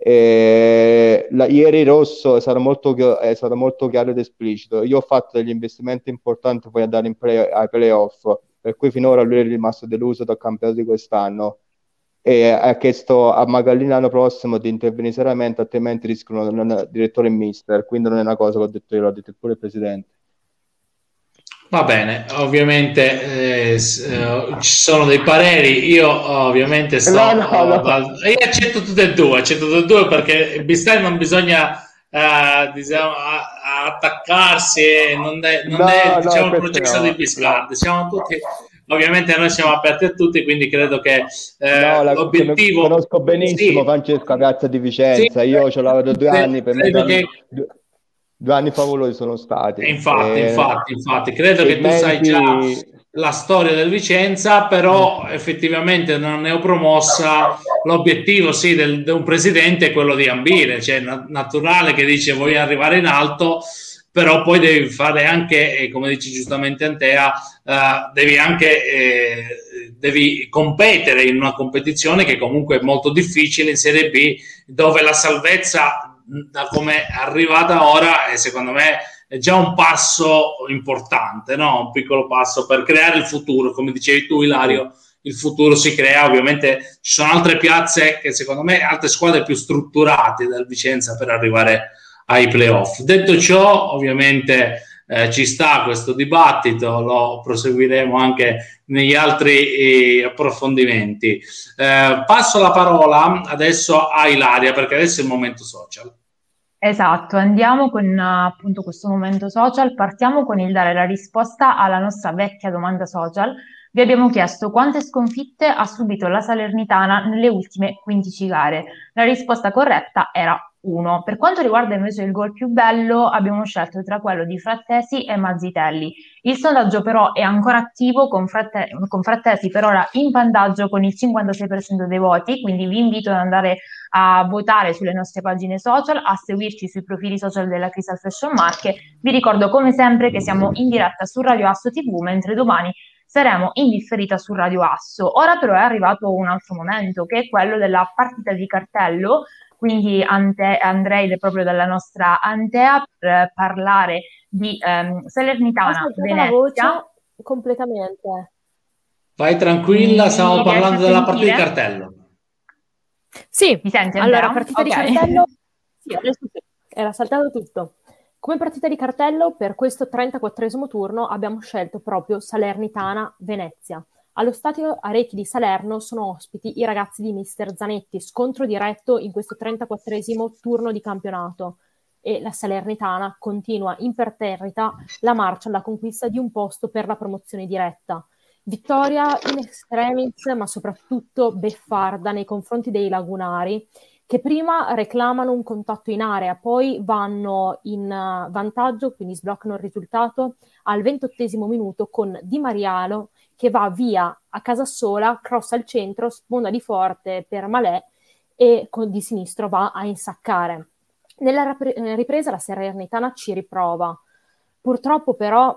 Ieri Rosso è stato molto chiaro ed esplicito: io ho fatto degli investimenti importanti poi andare ai playoff, per cui finora lui è rimasto deluso dal campionato di quest'anno e ha chiesto a Magalini l'anno prossimo di intervenire seriamente, altrimenti rischiano il direttore e mister. Quindi non è una cosa che ho detto io, l'ha detto pure il presidente. Va bene, ovviamente ci sono dei pareri, io ovviamente No. io accetto tutte e due, perché Bistari non bisogna diciamo, attaccarsi, non è diciamo, il processo di Biscardi, siamo tutti, ovviamente noi siamo aperti a tutti, quindi credo che l'obiettivo... Conosco benissimo Sì, Francesco, ragazza di sì, Vicenza, io ci ho lavorato 2 anni, per me credo che... 2 anni favolosi sono stati. Infatti, credo che tu sai già segmenti... la storia del Vicenza, però effettivamente nella neopromossa l'obiettivo sì, di un presidente è quello di ambire, cioè naturale che dice voglio arrivare in alto, però poi devi fare anche, come dici giustamente Antea, devi competere in una competizione che comunque è molto difficile in Serie B, dove la salvezza, da come è arrivata ora, secondo me è già un passo importante, no? Un piccolo passo per creare il futuro, come dicevi tu Ilario. Il futuro si crea, ovviamente ci sono altre piazze che secondo me, altre squadre più strutturate del Vicenza per arrivare ai playoff. Detto ciò, ovviamente ci sta questo dibattito, lo proseguiremo anche negli altri approfondimenti. Passo la parola adesso a Ilaria, perché adesso è il momento social. Esatto, andiamo con appunto questo momento social, partiamo con il dare la risposta alla nostra vecchia domanda social. Vi abbiamo chiesto quante sconfitte ha subito la Salernitana nelle ultime 15 gare. La risposta corretta era 1. Per quanto riguarda invece il gol più bello, abbiamo scelto tra quello di Frattesi e Mazzitelli. Il sondaggio però è ancora attivo, con Frattesi per ora in vantaggio con il 56% dei voti, quindi vi invito ad andare a votare sulle nostre pagine social, a seguirci sui profili social della Crystal Fashion Marche. Vi ricordo come sempre che siamo in diretta su Radio Asso TV, mentre domani saremo in differita su Radio Asso. Ora però è arrivato un altro momento, che è quello della partita di cartello, quindi andrei proprio dalla nostra Antea per parlare di Salernitana Ho saltato la voce Venezia. completamente. Vai tranquilla, stavo Mi parlando riesci a della partita di sentire? cartello. Sì, Mi senti, allora, Andrea? partita di Ok. cartello. Sì, adesso sì, era saltato tutto. Come partita di cartello, per questo 34esimo turno abbiamo scelto proprio Salernitana-Venezia. Allo stadio Arechi di Salerno sono ospiti i ragazzi di Mister Zanetti, scontro diretto in questo 34esimo turno di campionato. E la Salernitana continua imperterrita la marcia alla conquista di un posto per la promozione diretta. Vittoria in extremis, ma soprattutto beffarda nei confronti dei lagunari, che prima reclamano un contatto in area, poi vanno in vantaggio, quindi sbloccano il risultato al 28esimo minuto con Di Mariano che va via a casa sola, cross al centro, sponda di forte per Malè e di sinistro va a insaccare. Nella ripresa la Salernitana ci riprova. Purtroppo però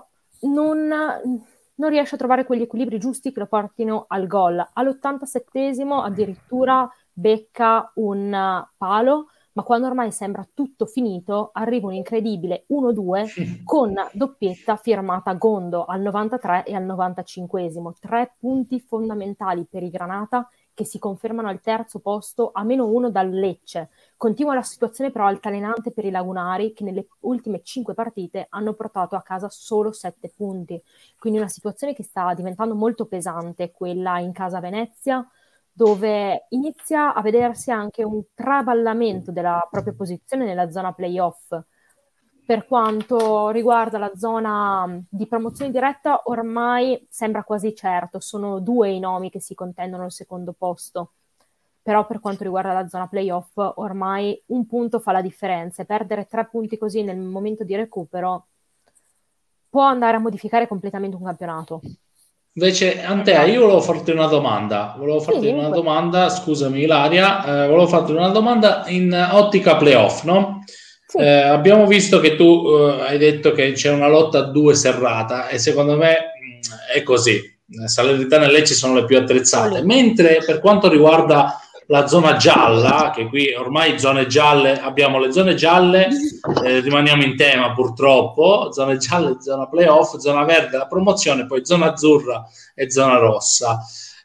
non riesce a trovare quegli equilibri giusti che lo portino al gol. All'87esimo addirittura becca un palo, ma quando ormai sembra tutto finito arriva un incredibile 1-2 con doppietta firmata Gondo al 93 e al 95esimo. 3 punti fondamentali per i Granata che si confermano al terzo posto a -1 dal Lecce. Continua la situazione però altalenante per i lagunari che nelle ultime 5 partite hanno portato a casa solo 7 punti. Quindi una situazione che sta diventando molto pesante, quella in casa Venezia, dove inizia a vedersi anche un traballamento della propria posizione nella zona playoff. Per quanto riguarda la zona di promozione diretta, ormai sembra quasi certo, sono 2 i nomi che si contendono il secondo posto. Però per quanto riguarda la zona playoff, ormai un punto fa la differenza e perdere 3 punti così nel momento di recupero può andare a modificare completamente un campionato. Invece, Antea, io volevo farti una domanda. Scusami Ilaria, volevo farti una domanda in ottica playoff, no? Sì. Abbiamo visto che tu hai detto che c'è una lotta a 2 serrata e secondo me è così. Salernitana e Lecce sono le più attrezzate, mentre per quanto riguarda la zona gialla, che qui ormai zone gialle, abbiamo le zone gialle, rimaniamo in tema purtroppo, zone gialle, zona playoff, zona verde la promozione, poi zona azzurra e zona rossa.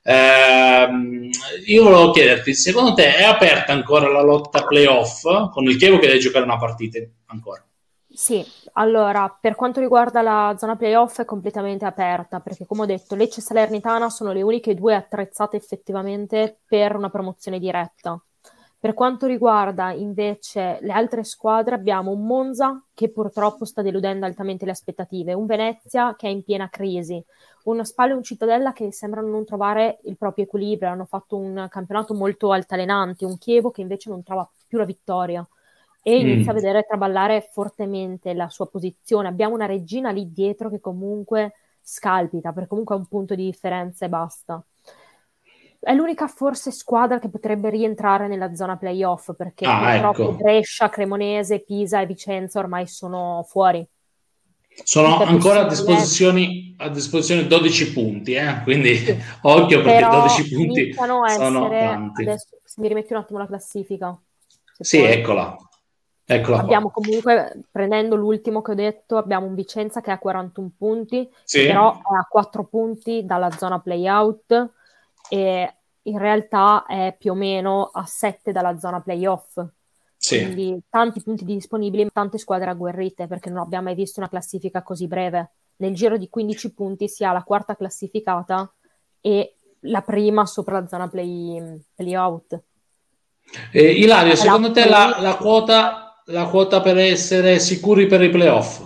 Io volevo chiederti, secondo te è aperta ancora la lotta playoff con il Chievo che deve giocare una partita ancora? Sì, allora, per quanto riguarda la zona playoff è completamente aperta, perché come ho detto, Lecce e Salernitana sono le uniche 2 attrezzate effettivamente per una promozione diretta. Per quanto riguarda invece le altre squadre, abbiamo un Monza che purtroppo sta deludendo altamente le aspettative, un Venezia che è in piena crisi, uno Spal e un Cittadella che sembrano non trovare il proprio equilibrio, hanno fatto un campionato molto altalenante, un Chievo che invece non trova più la vittoria e inizia a vedere traballare fortemente la sua posizione. Abbiamo una Regina lì dietro che comunque scalpita, perché comunque ha un punto di differenza e basta. È l'unica forse squadra che potrebbe rientrare nella zona playoff, perché purtroppo ecco. Brescia, Cremonese, Pisa e Vicenza ormai sono fuori. Sono Tutte ancora a possibili. disposizione 12 punti, quindi Sì. occhio perché Però 12 punti iniziano a sono essere, tanti. adesso se mi rimetti un attimo la classifica. Sì, eccola Abbiamo qua. comunque, prendendo l'ultimo che ho detto, abbiamo un Vicenza che ha 41 punti, Sì. che però è a 4 punti dalla zona play-out e in realtà è più o meno a 7 dalla zona play-off. Sì. Quindi tanti punti disponibili, tante squadre agguerrite, perché non abbiamo mai visto una classifica così breve. Nel giro di 15 punti si ha la quarta classificata e la prima sopra la zona play-out. Ilario, secondo te la quota per essere sicuri per i playoff?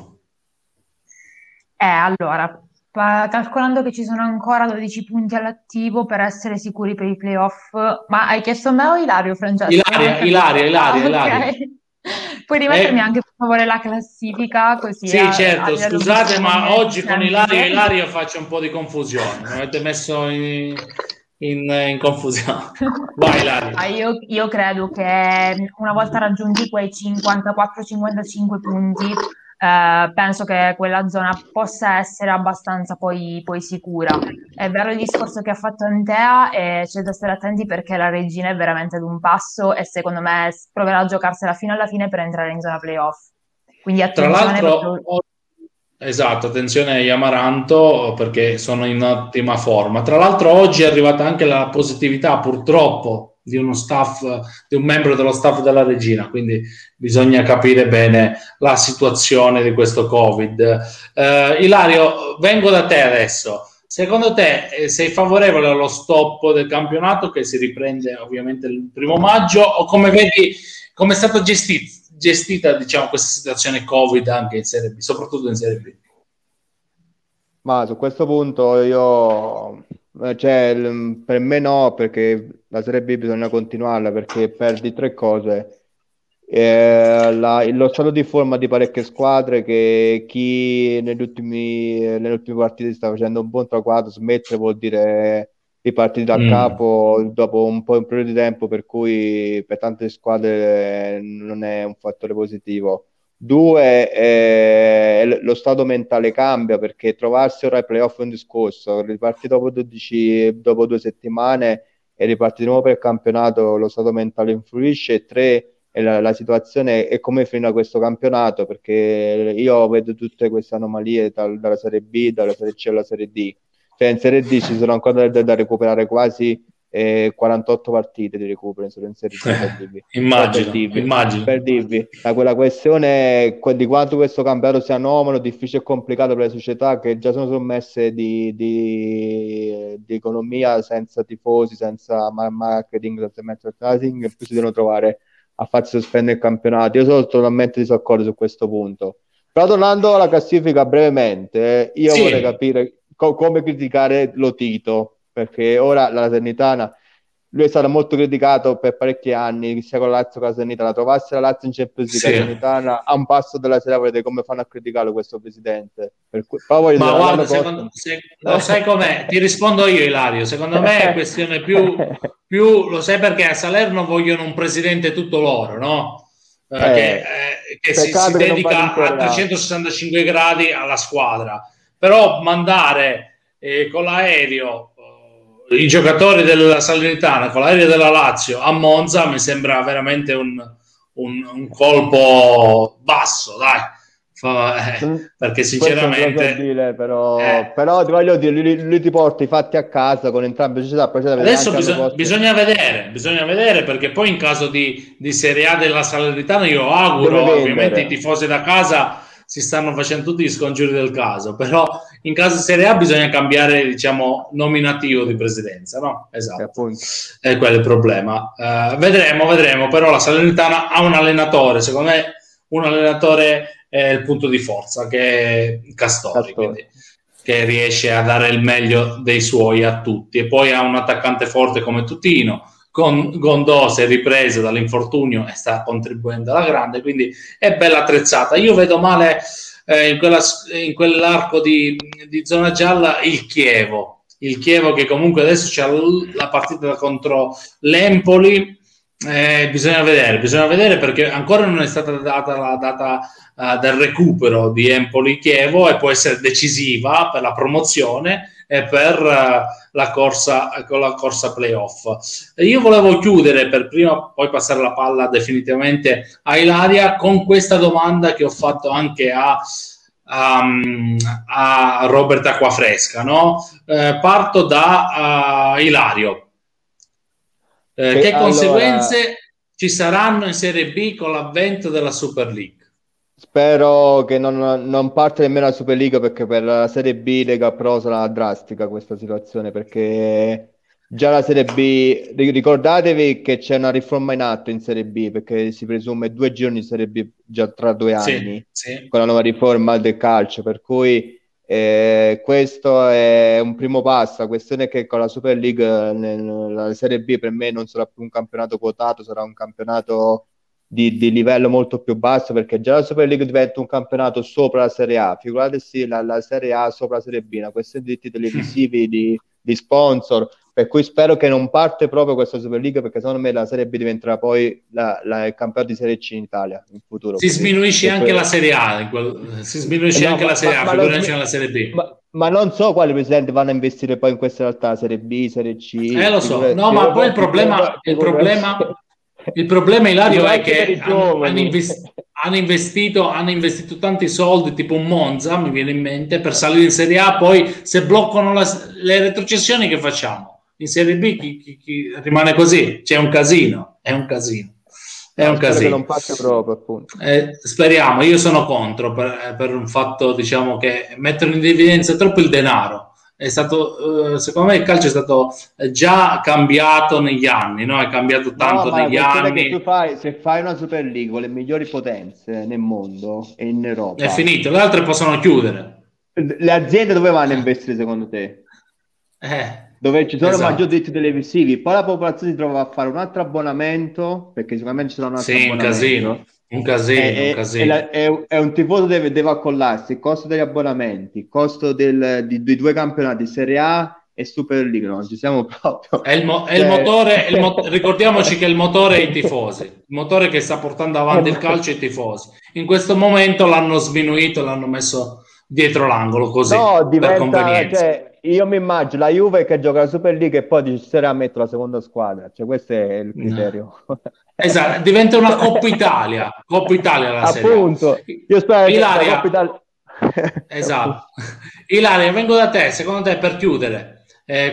Allora, calcolando che ci sono ancora 12 punti all'attivo per essere sicuri per i playoff, ma hai chiesto a me o Ilario, Francesco? Non ho capito. Ilaria. Ok. Puoi rimettermi anche per favore la classifica così Sì, a certo, livello scusate, visivo mi ma è più oggi con semplice. Ilario faccio un po' di confusione, mi avete messo in confusione. Vai Ilario. Io credo che una volta raggiunti quei 54-55 punti, penso che quella zona possa essere abbastanza poi sicura. È vero il discorso che ha fatto Antea e c'è da stare attenti perché la regina è veramente ad un passo e secondo me proverà a giocarsela fino alla fine per entrare in zona playoff. Quindi Tra attenzione l'altro, proprio. Esatto, attenzione agli Amaranto perché sono in ottima forma. Tra l'altro oggi è arrivata anche la positività purtroppo di uno staff, di un membro dello staff della regina, quindi bisogna capire bene la situazione di questo Covid. Ilario, vengo da te adesso. Secondo te sei favorevole allo stop del campionato che si riprende ovviamente il 1° maggio o come vedi come è stata gestita diciamo, questa situazione Covid anche in Serie B, soprattutto in Serie B? Ma su questo punto io, per me no, perché la Serie B bisogna continuarla perché perdi 3 cose. Lo stato di forma di parecchie squadre, che chi nelle ultime partite sta facendo un buon traguardo, smette vuol dire ripartire da capo dopo un periodo di tempo, per cui per tante squadre non è un fattore positivo. 2, lo stato mentale cambia, perché trovarsi ora ai playoff è un discorso, ripartire dopo 2 settimane e ripartire di nuovo per il campionato, lo stato mentale influisce. E 3, la situazione è come finirà questo campionato, perché io vedo tutte queste anomalie dalla Serie B, dalla Serie C alla Serie D. Cioè in Serie D ci sono ancora da recuperare quasi 48 partite di recupero in Serie D, per dirvi. Immagino. Per dirvi, quella questione di quanto questo campionato sia anomalo, difficile e complicato per le società che già sono sommesse di economia, senza tifosi, senza marketing, senza merchandising, e più si devono trovare a farsi sospendere il campionato. Io sono totalmente disaccordo su questo punto. Però tornando alla classifica brevemente, io vorrei capire come criticare Lotito, perché ora la Salernitana, lui è stato molto criticato per parecchi anni, sia con la Lazio che con la Salernitana. Trovarsi la Lazio in Champions League, la Salernitana a un passo della Serie A, vedete come fanno a criticarlo questo presidente. Ma guarda, sai com'è? Ti rispondo io, Ilario. Secondo me è questione più lo sai perché a Salerno vogliono un presidente tutto loro, no? Che si dedica a 365 gradi alla squadra. Però mandare con l'aereo i giocatori della Salernitana con l'aereo della Lazio a Monza mi sembra veramente un colpo basso, dai. Perché sinceramente dire, però ti voglio dire, lui ti porta i fatti a casa con entrambe le società. Adesso bisogna vedere, perché poi in caso di Serie A della Salernitana io auguro, ovviamente i tifosi da casa si stanno facendo tutti gli scongiuri del caso, però in caso di Serie A bisogna cambiare, diciamo, nominativo di presidenza, no? Esatto, è quello il problema. Vedremo, però la Salernitana ha un allenatore, secondo me un allenatore è il punto di forza, che è Castori. Quindi, che riesce a dare il meglio dei suoi a tutti, e poi ha un attaccante forte come Tutino, con Gondò si è ripreso dall'infortunio e sta contribuendo alla grande, quindi è bella attrezzata. Io vedo male in quell'arco di zona gialla il Chievo che comunque adesso c'è la partita contro l'Empoli. Bisogna vedere perché ancora non è stata data la data del recupero di Empoli-Chievo, e può essere decisiva per la promozione e per la corsa playoff. Io volevo chiudere, per prima poi passare la palla definitivamente a Ilaria, con questa domanda che ho fatto anche a Robert Acquafresca, no? Parto da Ilario. Che conseguenze ci saranno in Serie B con l'avvento della Super League? Spero che non parte nemmeno la Super League, perché per la Serie B, Lega Pro, sarà drastica questa situazione, perché già la Serie B, ricordatevi che c'è una riforma in atto in Serie B, perché si presume 2 gironi di Serie B già tra 2 anni, con la nuova riforma del calcio, per cui questo è un primo passo. La questione è che con la Super League la Serie B per me non sarà più un campionato quotato, sarà un campionato di livello molto più basso, perché già la Super League diventa un campionato sopra la Serie A, figuratevi la Serie A sopra la Serie B, una questione di diritti televisivi, di sponsor, per cui spero che non parte proprio questa Super League, perché secondo me la Serie B diventerà poi il campionato di Serie C in Italia in futuro. Si sminuisce anche la Serie A, si sminuisce anche la Serie A, figuriamoci nella Serie B. Ma non so quali presidenti vanno a investire poi in questa realtà, Serie B, Serie C. Lo so, no, ma poi il problema Il problema, Ilario, è Per i che giovani. hanno investito tanti soldi, tipo un Monza, mi viene in mente, per salire in Serie A. Poi se bloccano le retrocessioni, che facciamo? In Serie B chi rimane così? C'è un casino, è un casino. È un Spero che non casino. passi proprio, appunto. Speriamo, io sono contro per un fatto, diciamo, che mettono in evidenza troppo il denaro. È stato, secondo me il calcio è stato già cambiato negli anni, no? È cambiato tanto No, ma la negli questione è che tu anni. se fai una Super League con le migliori potenze nel mondo e in È Europa, finito, le altre possono chiudere. le aziende dove vanno a investire secondo te? Dove ci sono maggiori Esatto. diritti televisivi, poi la popolazione si trova a fare un altro abbonamento, perché sicuramente ci sarà un altro Sì, un casino, abbonamento, un casino. e un tifoso deve accollarsi il costo degli abbonamenti, il costo di due campionati, Serie A e Super League, no? Ci siamo proprio. È il Cioè- motore, ricordiamoci che il motore è i tifosi, il motore che sta portando avanti il calcio è i tifosi. In questo momento l'hanno sminuito, l'hanno messo dietro l'angolo così, No, per diventa, convenienza. cioè, io mi immagino la Juve che gioca la Super League e poi dice Serie A metto la seconda squadra, cioè questo è il criterio. Esatto, diventa una Coppa Italia la Serie A. Appunto, io spero che la Ilaria, Coppa Italia... esatto. Ilaria, vengo da te, secondo te, per chiudere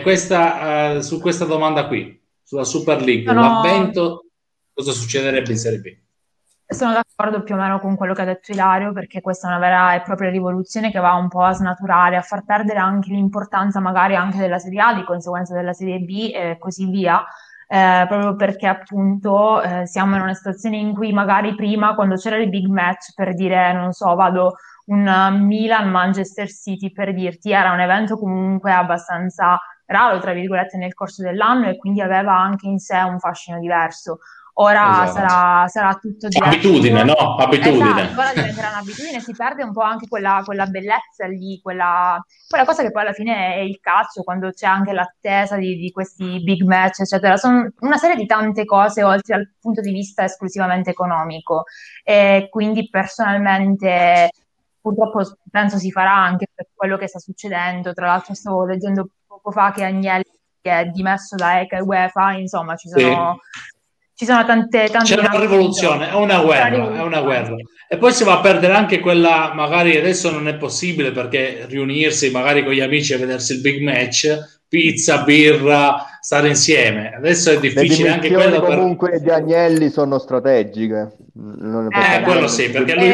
su questa domanda qui, sulla Super League, l'avvento, cosa succederebbe in Serie B? Sono d'accordo più o meno con quello che ha detto Ilario, perché questa è una vera e propria rivoluzione che va un po' a snaturare, a far perdere anche l'importanza magari anche della Serie A, di conseguenza della Serie B e così via, proprio perché appunto siamo in una situazione in cui magari prima, quando c'era il big match, per dire, non so, vado un Milan-Manchester City, per dirti, era un evento comunque abbastanza raro, tra virgolette, nel corso dell'anno e quindi aveva anche in sé un fascino diverso. Ora Esatto. sarà tutto diverso. Abitudine, no? Abitudine. Esatto, ora diventerà un'abitudine, si perde un po' anche quella bellezza lì, quella cosa che poi alla fine è il calcio, quando c'è anche l'attesa di questi big match, eccetera. Sono una serie di tante cose oltre al punto di vista esclusivamente economico. E quindi personalmente purtroppo penso si farà anche per quello che sta succedendo. Tra l'altro stavo leggendo poco fa che Agnelli è dimesso da ECA e UEFA, insomma ci sono tante c'è una rivoluzione, è una guerra. E poi si va a perdere anche quella, magari adesso non è possibile perché riunirsi magari con gli amici a vedersi il big match, pizza, birra, stare insieme. Adesso è difficile anche quello. Comunque di Agnelli sono strategiche. Quello sì, perché lui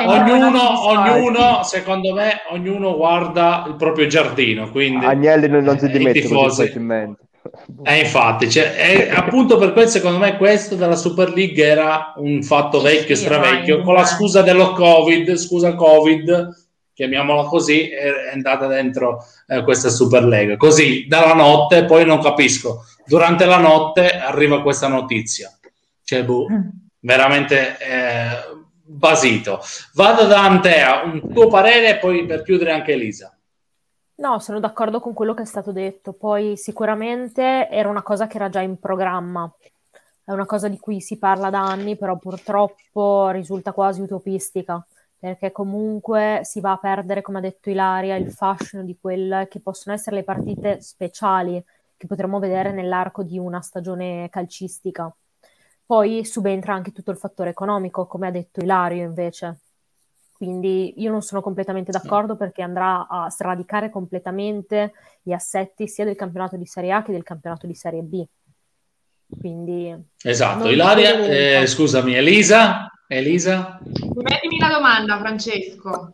ognuno, secondo me, ognuno guarda il proprio giardino, quindi Agnelli non si dimette così facilmente. Infatti, appunto per questo secondo me questo della Super League era un fatto vecchio, stravecchio, con la scusa dello Covid, chiamiamola così, è andata dentro questa Super League. Così, dalla notte, poi non capisco, durante la notte arriva questa notizia. Cioè, veramente basito. Vado da Antea, un tuo parere e poi per chiudere anche Elisa. No, sono d'accordo con quello che è stato detto. Poi sicuramente era una cosa che era già in programma. È una cosa di cui si parla da anni, però purtroppo risulta quasi utopistica, perché comunque si va a perdere, come ha detto Ilaria, il fascino di quelle che possono essere le partite speciali che potremmo vedere nell'arco di una stagione calcistica. Poi subentra anche tutto il fattore economico, come ha detto Ilario invece. Quindi io non sono completamente d'accordo perché andrà a sradicare completamente gli assetti sia del campionato di Serie A che del campionato di Serie B. Quindi esatto. Ilaria, scusami, Elisa? Rimettimi la domanda, Francesco.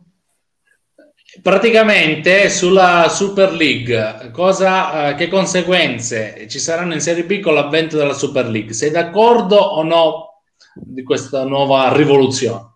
Praticamente sulla Super League, che conseguenze ci saranno in Serie B con l'avvento della Super League? Sei d'accordo o no di questa nuova rivoluzione?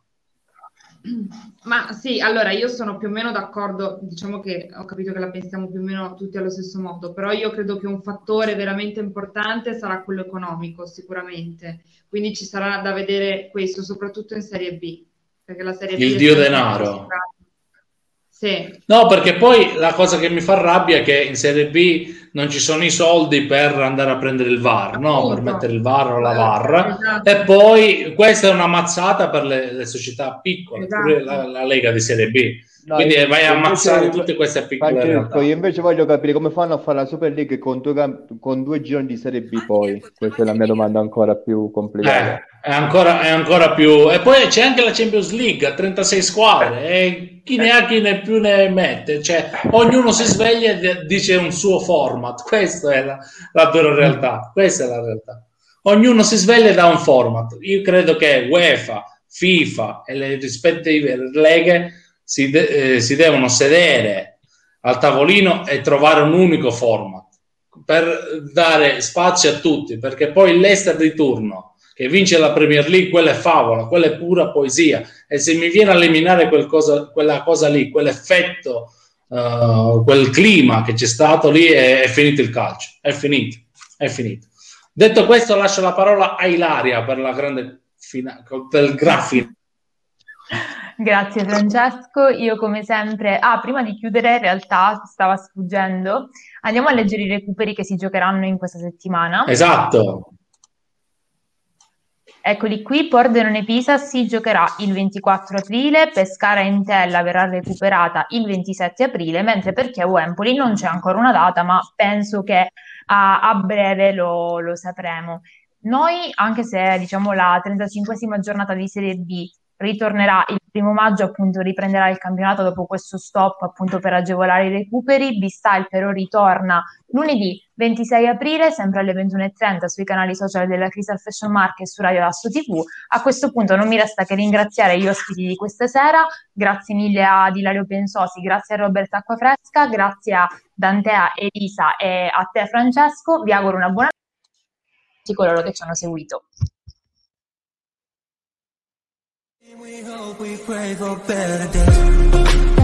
Ma sì, allora io sono più o meno d'accordo, diciamo che ho capito che la pensiamo più o meno tutti allo stesso modo, però io credo che un fattore veramente importante sarà quello economico, sicuramente. Quindi ci sarà da vedere questo, soprattutto in Serie B, perché la Serie B il dio denaro. Sì. No, perché poi la cosa che mi fa rabbia è che in Serie B non ci sono i soldi per andare a prendere il VAR, no? Per mettere il VAR o la VAR. Esatto. E poi questa è una mazzata per le società piccole, esatto. Pure la Lega di Serie B. No, Quindi vai a ammazzare invece, tutte queste piccole Francesco, realtà. io invece voglio capire come fanno a fare la Super League con 2 gironi di Serie B poi. Questa è la mia domanda ancora più complicata. È ancora più. E poi c'è anche la Champions League a 36 squadre e chi ne ha chi ne più ne mette. Cioè, ognuno si sveglia e dice un suo format. Questa è la vera realtà. Questa è la realtà. Ognuno si sveglia e dà un format. Io credo che UEFA, FIFA e le rispettive leghe si devono sedere al tavolino e trovare un unico format per dare spazio a tutti, perché poi l'Ester di turno che vince la Premier League, quella è favola, quella è pura poesia, e se mi viene a eliminare quella cosa lì, quell'effetto, quel clima che c'è stato lì, è finito il calcio, è finito. Detto questo, lascio la parola a Ilaria per la grande per il gran finale. Grazie Francesco, io come sempre, prima di chiudere in realtà stava sfuggendo, andiamo a leggere i recuperi che si giocheranno in questa settimana. Esatto. Eccoli qui, Pordenone-Pisa si giocherà il 24 aprile, Pescara-Entella verrà recuperata il 27 aprile, mentre per Chievo-Empoli non c'è ancora una data, ma penso che a breve lo sapremo. Noi, anche se diciamo la 35esima giornata di Serie B ritornerà il 1° maggio, appunto riprenderà il campionato dopo questo stop appunto per agevolare i recuperi, B-Style però ritorna lunedì 26 aprile, sempre alle 21:30 sui canali social della Crystal Fashion Market e su Radio Lasso TV. A questo punto non mi resta che ringraziare gli ospiti di questa sera, grazie mille ad Ilario Pensosi, grazie a Roberta Acquafresca, grazie a Dantea, Elisa e a te Francesco, vi auguro una buona notte a tutti coloro che ci hanno seguito. We hope, we pray for better days.